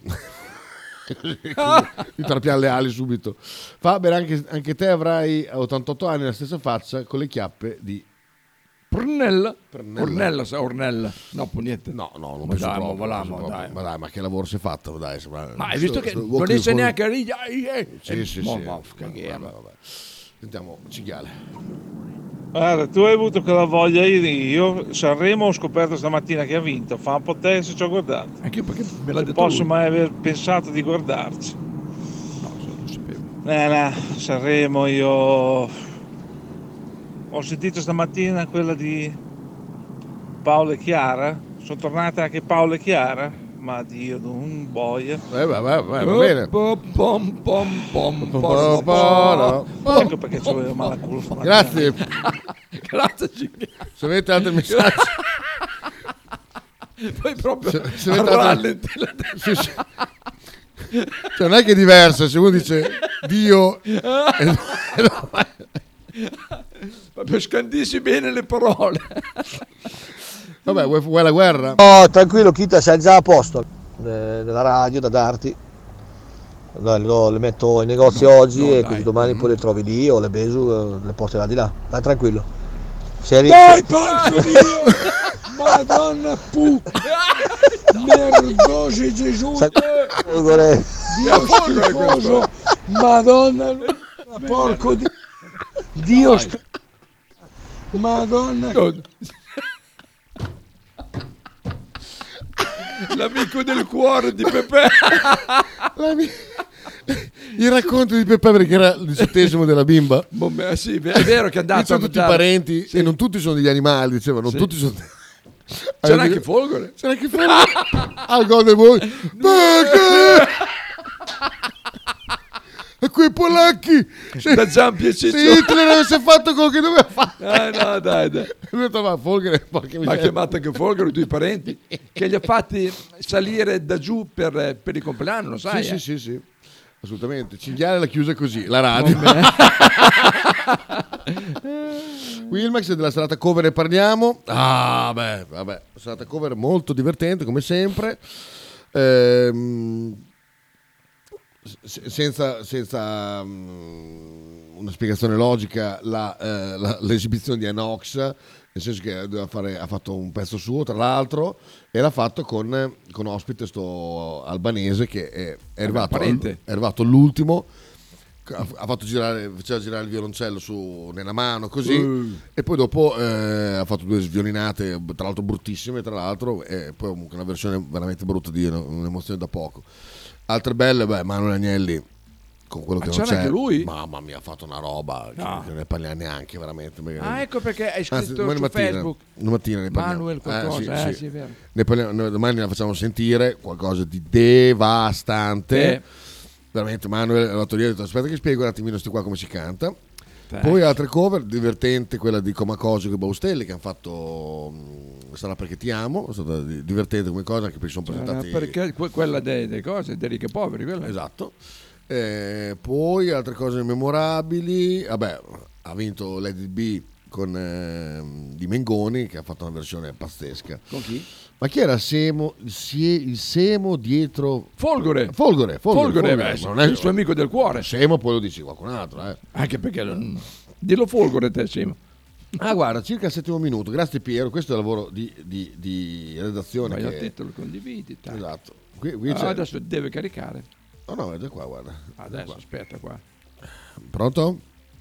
Ti trappiamo le ali subito. Faber, anche te avrai a 88 anni la stessa faccia con le chiappe di Ornella. No, niente. No, non ma penso dai, proprio, dai. Ma dai, ma che lavoro si è fatto? Dai, ma hai visto che non riesce neanche a ridere? Sì. Vabbè. Sentiamo Cinghiale. Guarda, tu hai avuto quella voglia io Sanremo ho scoperto stamattina che ha vinto, fa un po' te se ci ho guardato. Anche io perché me l'ha detto posso lui. mai aver pensato di guardarci. No, lo sapevo. Sanremo io ho sentito stamattina quella di Paolo e Chiara, sono tornate anche Paolo e Chiara, ma Dio, un boia. Va bene. Ecco perché ci avevo male a culo. Grazie. Grazie. Se avete altri messaggi. Poi proprio se avete sì. Cioè, non è che è diverso, se uno dice Dio proprio scandisci bene le parole. Vabbè, vuoi la guerra? No, tranquillo Kita, sei già a posto nella radio da darti. Le metto in negozio oggi e così domani poi le trovi lì o le beso, le porterai di là. Dai, tranquillo. Dai, porco Dio! Madonna puttana! Merdosi Gesù! Dio schifoso! Madonna! Porco Dio! Madonna! L'amico del cuore di Pepe. Il racconto di Pepe perché era il 18° della bimba. Sì, è vero che è andato sono tutti parenti e non tutti sono degli animali, dicevano, non tutti sono. C'era anche Folgore. Al gol del buon. E quei polacchi da Giampi e Ciccio. Se Hitler avesse fatto quello che doveva fare. No, dai. Ma Folgore, ma ha chiamato anche Folgore, i tuoi parenti, che li ha fatti salire da giù per il compleanno, lo sai? Sì. Assolutamente. Cinghiale l'ha chiusa così, la radio. Wilmax, della serata cover ne parliamo. Vabbè, serata cover molto divertente come sempre. Senza una spiegazione logica l'esibizione di Anox, nel senso che ha fatto un pezzo suo tra l'altro e l'ha fatto con ospite sto albanese che è arrivato l'ultimo, faceva girare il violoncello nella mano così e poi dopo ha fatto 2 sviolinate tra l'altro bruttissime e poi comunque una versione veramente brutta di un'emozione da poco. Altre belle, Manuel Agnelli con quello che non c'è. Anche lui? Mamma mia, ha fatto una roba che non ne parliamo neanche veramente. Ecco perché hai scritto su Facebook. Domattina ne parliamo. Manuel qualcosa, sì, è vero. Ne parliamo, domani la facciamo sentire qualcosa di devastante. Veramente Manuel all'atelier ha detto aspetta che spiego un attimino questi qua come si canta. Poi altre cover, divertente quella di Comacosi con Baustelli che hanno fatto Sarà perché ti amo, è stata divertente come cosa anche perché sono presentati perché quella delle cose dei ricchi e poveri quella. Esatto. Poi altre cose memorabili, vabbè, ha vinto Lady B con di Mengoni che ha fatto una versione pazzesca. Con chi? Ma chi era il Semo dietro Folgore, non è il suo amico del cuore. Semo poi lo dici qualcun altro, Anche perché dillo Folgore te Semo. Guarda, circa il 7° minuto. Grazie Piero, questo è il lavoro di redazione. Vai al titolo, condividi. Esatto. Qui adesso deve caricare. No, è già qua, guarda. Adesso aspetta qua. Pronto?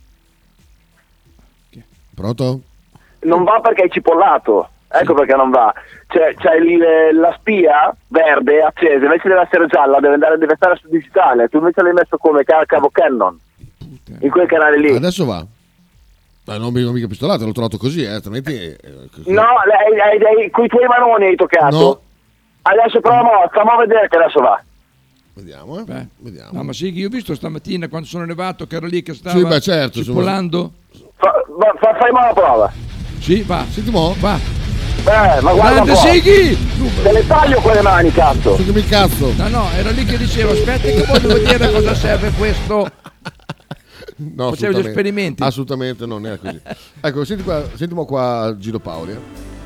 Pronto? Non va perché hai cipollato. Ecco perché non va. C'è la spia verde accesa, invece deve essere gialla, deve stare su digitale. Tu invece l'hai messo come cavo Canon in quel canale lì. Adesso va. Non mi mica pistolato, l'ho trovato così, altrimenti. No, con i tuoi manoni hai toccato. No. Adesso stiamo a vedere che adesso va. Vediamo, vediamo. No, ma sì, io ho visto stamattina quando sono arrivato che era lì che stava Sì, beh, certo, cipollando. Fai la prova. Sì, va. Sentimo, va. Ma guarda Grande un po'. Sighi! Te le taglio quelle mani, cazzo. Sighi cazzo. No, era lì che dicevo, aspetta che voglio vedere cosa serve questo. No, facevo gli esperimenti. Assolutamente non era così. Ecco, sentiamo qua Gino Paoli.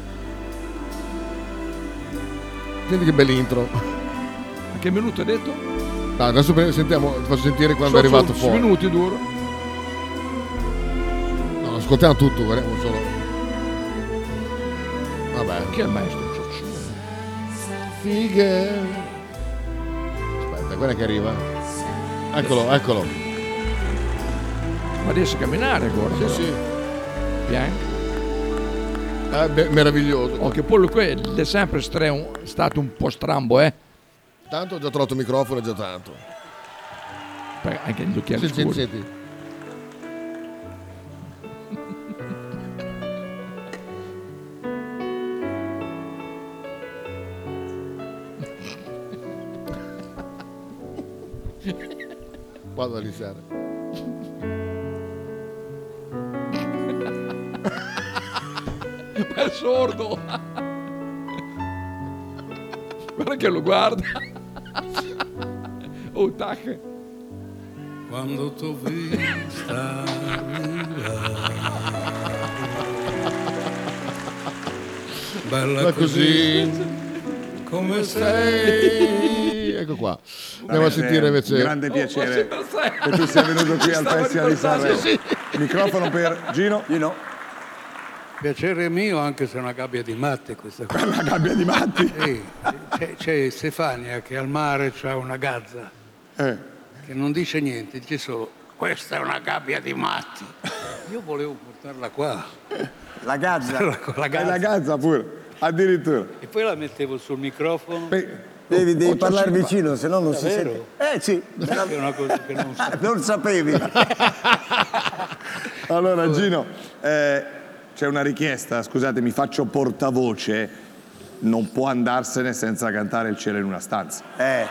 Senti che bell'intro. A che minuto hai detto? No, adesso sentiamo, ti faccio sentire quando è arrivato fuori. Minuti duro. No, ascoltiamo tutto, guardiamo solo. Vabbè. Chi è il maestro? Fighe. Aspetta, guarda che arriva. Eccolo. Ma riesce a camminare ancora? Sì. Bianco. Meraviglioso. Oh, che poi è sempre stato un po' strambo, Tanto ho già trovato il microfono, è già tanto. Anche gli occhiali scuri. Senti. Vado a iniziare. Ma è sordo. Guarda che lo guarda. Oh, tac. Quando t'ho vista bella così come sei. Ecco qua. Andiamo a sentire invece. Grande piacere che tu sia venuto qui al Festival di Sanremo. Sì. Microfono per Gino. Piacere mio, anche se è una gabbia di matti questa cosa. Una gabbia di matti? C'è Stefania che al mare c'ha una gazza che non dice niente, dice solo questa è una gabbia di matti. Io volevo portarla qua. La gazza? La gazza. La gazza pure, addirittura. E poi la mettevo sul microfono. Devi parlare vicino, se no non si sente. Sì. È una cosa che non sapevo. Non sapevi. Allora Gino, c'è una richiesta, scusate, mi faccio portavoce, non può andarsene senza cantare Il cielo in una stanza.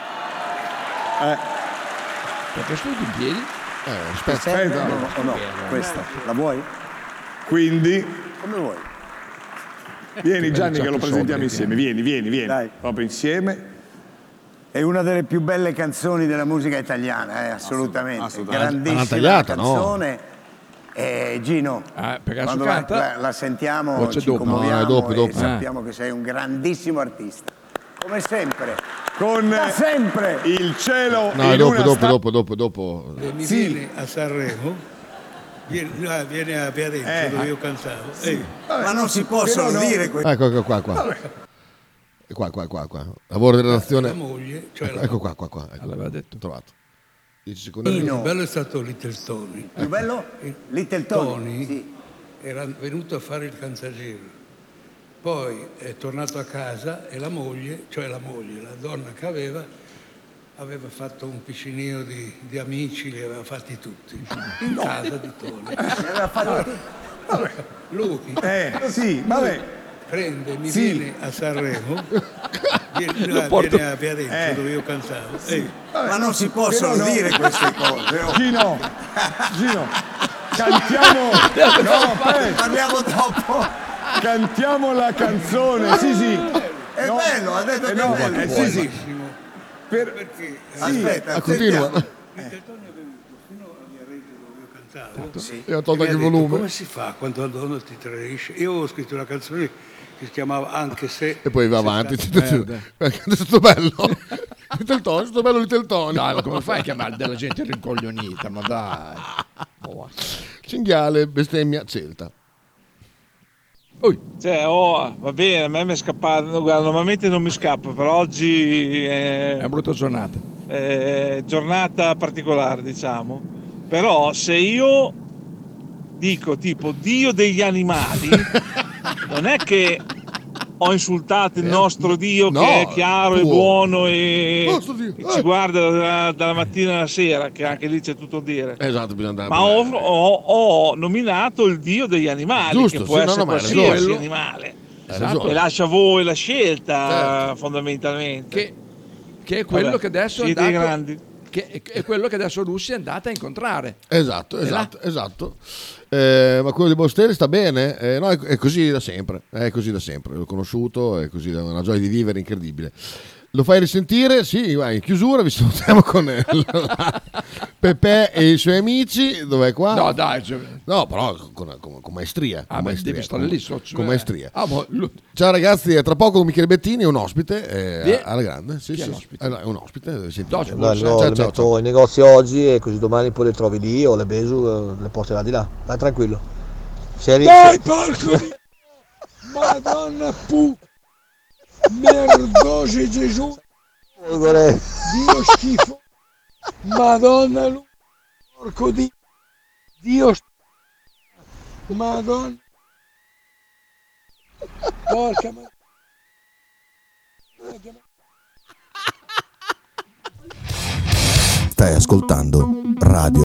Perché sto in piedi? Aspetta. No, questa, la vuoi? Quindi, Come vuoi? vieni Gianni che lo presentiamo insieme, vieni. Dai. Proprio insieme. È una delle più belle canzoni della musica italiana, assolutamente. Grandissima tagliata, canzone. Gino, perché quando la sentiamo ci dopo? commuoviamo Dopo. e sappiamo che sei un grandissimo artista. Come sempre. Da sempre. Il cielo No, in una stanza. dopo. Mi viene a Sanremo, viene a Viareggio dove io cantavo. Ma non si possono dire questo. Ecco qua. Qua. Lavoro di redazione. La moglie, cioè ecco qua. L'aveva detto. Trovato. 10 secondi. Il più bello è stato Little Tony. Più bello? Little Tony. Sì. Era venuto a fare il canzagiro. Poi è tornato a casa e la moglie, la donna che aveva fatto un piscinino di amici, li aveva fatti tutti. In casa di Tony. Lui prende, mi viene a Sanremo, viene a Viareggio dove io cantavo. Ma non si possono dire queste cose. Gino, cantiamo. Parliamo dopo. Cantiamo la canzone. Sì. È bello, ha detto che è bello. Sì. Perché? Aspetta, continua. Little Tony è venuto fino a Viareggio dove io cantavo. Sì. E ho tolto anche il volume. Come si fa quando la donna ti tradisce? Io avevo scritto una canzone che si chiamava Anche se... E poi va avanti. Perché è stato bello. Little Tony. Dai, ma come fai a chiamare della gente rincoglionita? Ma dai. Cinghiale, bestemmia, celta. Va bene, a me mi è scappato. Guarda, normalmente non mi scappa, però oggi è una brutta giornata. Giornata particolare, diciamo. Però se io dico tipo Dio degli animali, non è che ho insultato il nostro Dio che è chiaro e buono e ci guarda dalla mattina alla sera, che anche lì c'è tutto dire. Esatto, bisogna andare. Ma ho nominato il Dio degli animali, giusto, che può essere qualsiasi animale. Esatto. E lascia a voi la scelta, fondamentalmente. Che è quello che adesso siete è andato, grandi. che è quello che adesso Russia è andata a incontrare. Esatto. Ma quello di Bostelli sta bene? No, è così da sempre. L'ho conosciuto, è così, è una gioia di vivere incredibile. Lo fai risentire? Sì, vai, in chiusura vi salutiamo con Pepe e i suoi amici. Dov'è qua? No, dai. No, però con maestria. Devi stare lì con maestria. Ciao ragazzi, tra poco con Michele Bettini, un ospite alla grande. Sì, è un ospite. Le metto in negozio oggi e così domani poi le trovi lì o le besu, le porterai di là. Vai tranquillo. Dai, porco di... Madonna puttana. Merdoce Gesù, Dio schifo, Madonna, porco di Dio, Madonna, porca ma... Stai ascoltando Radio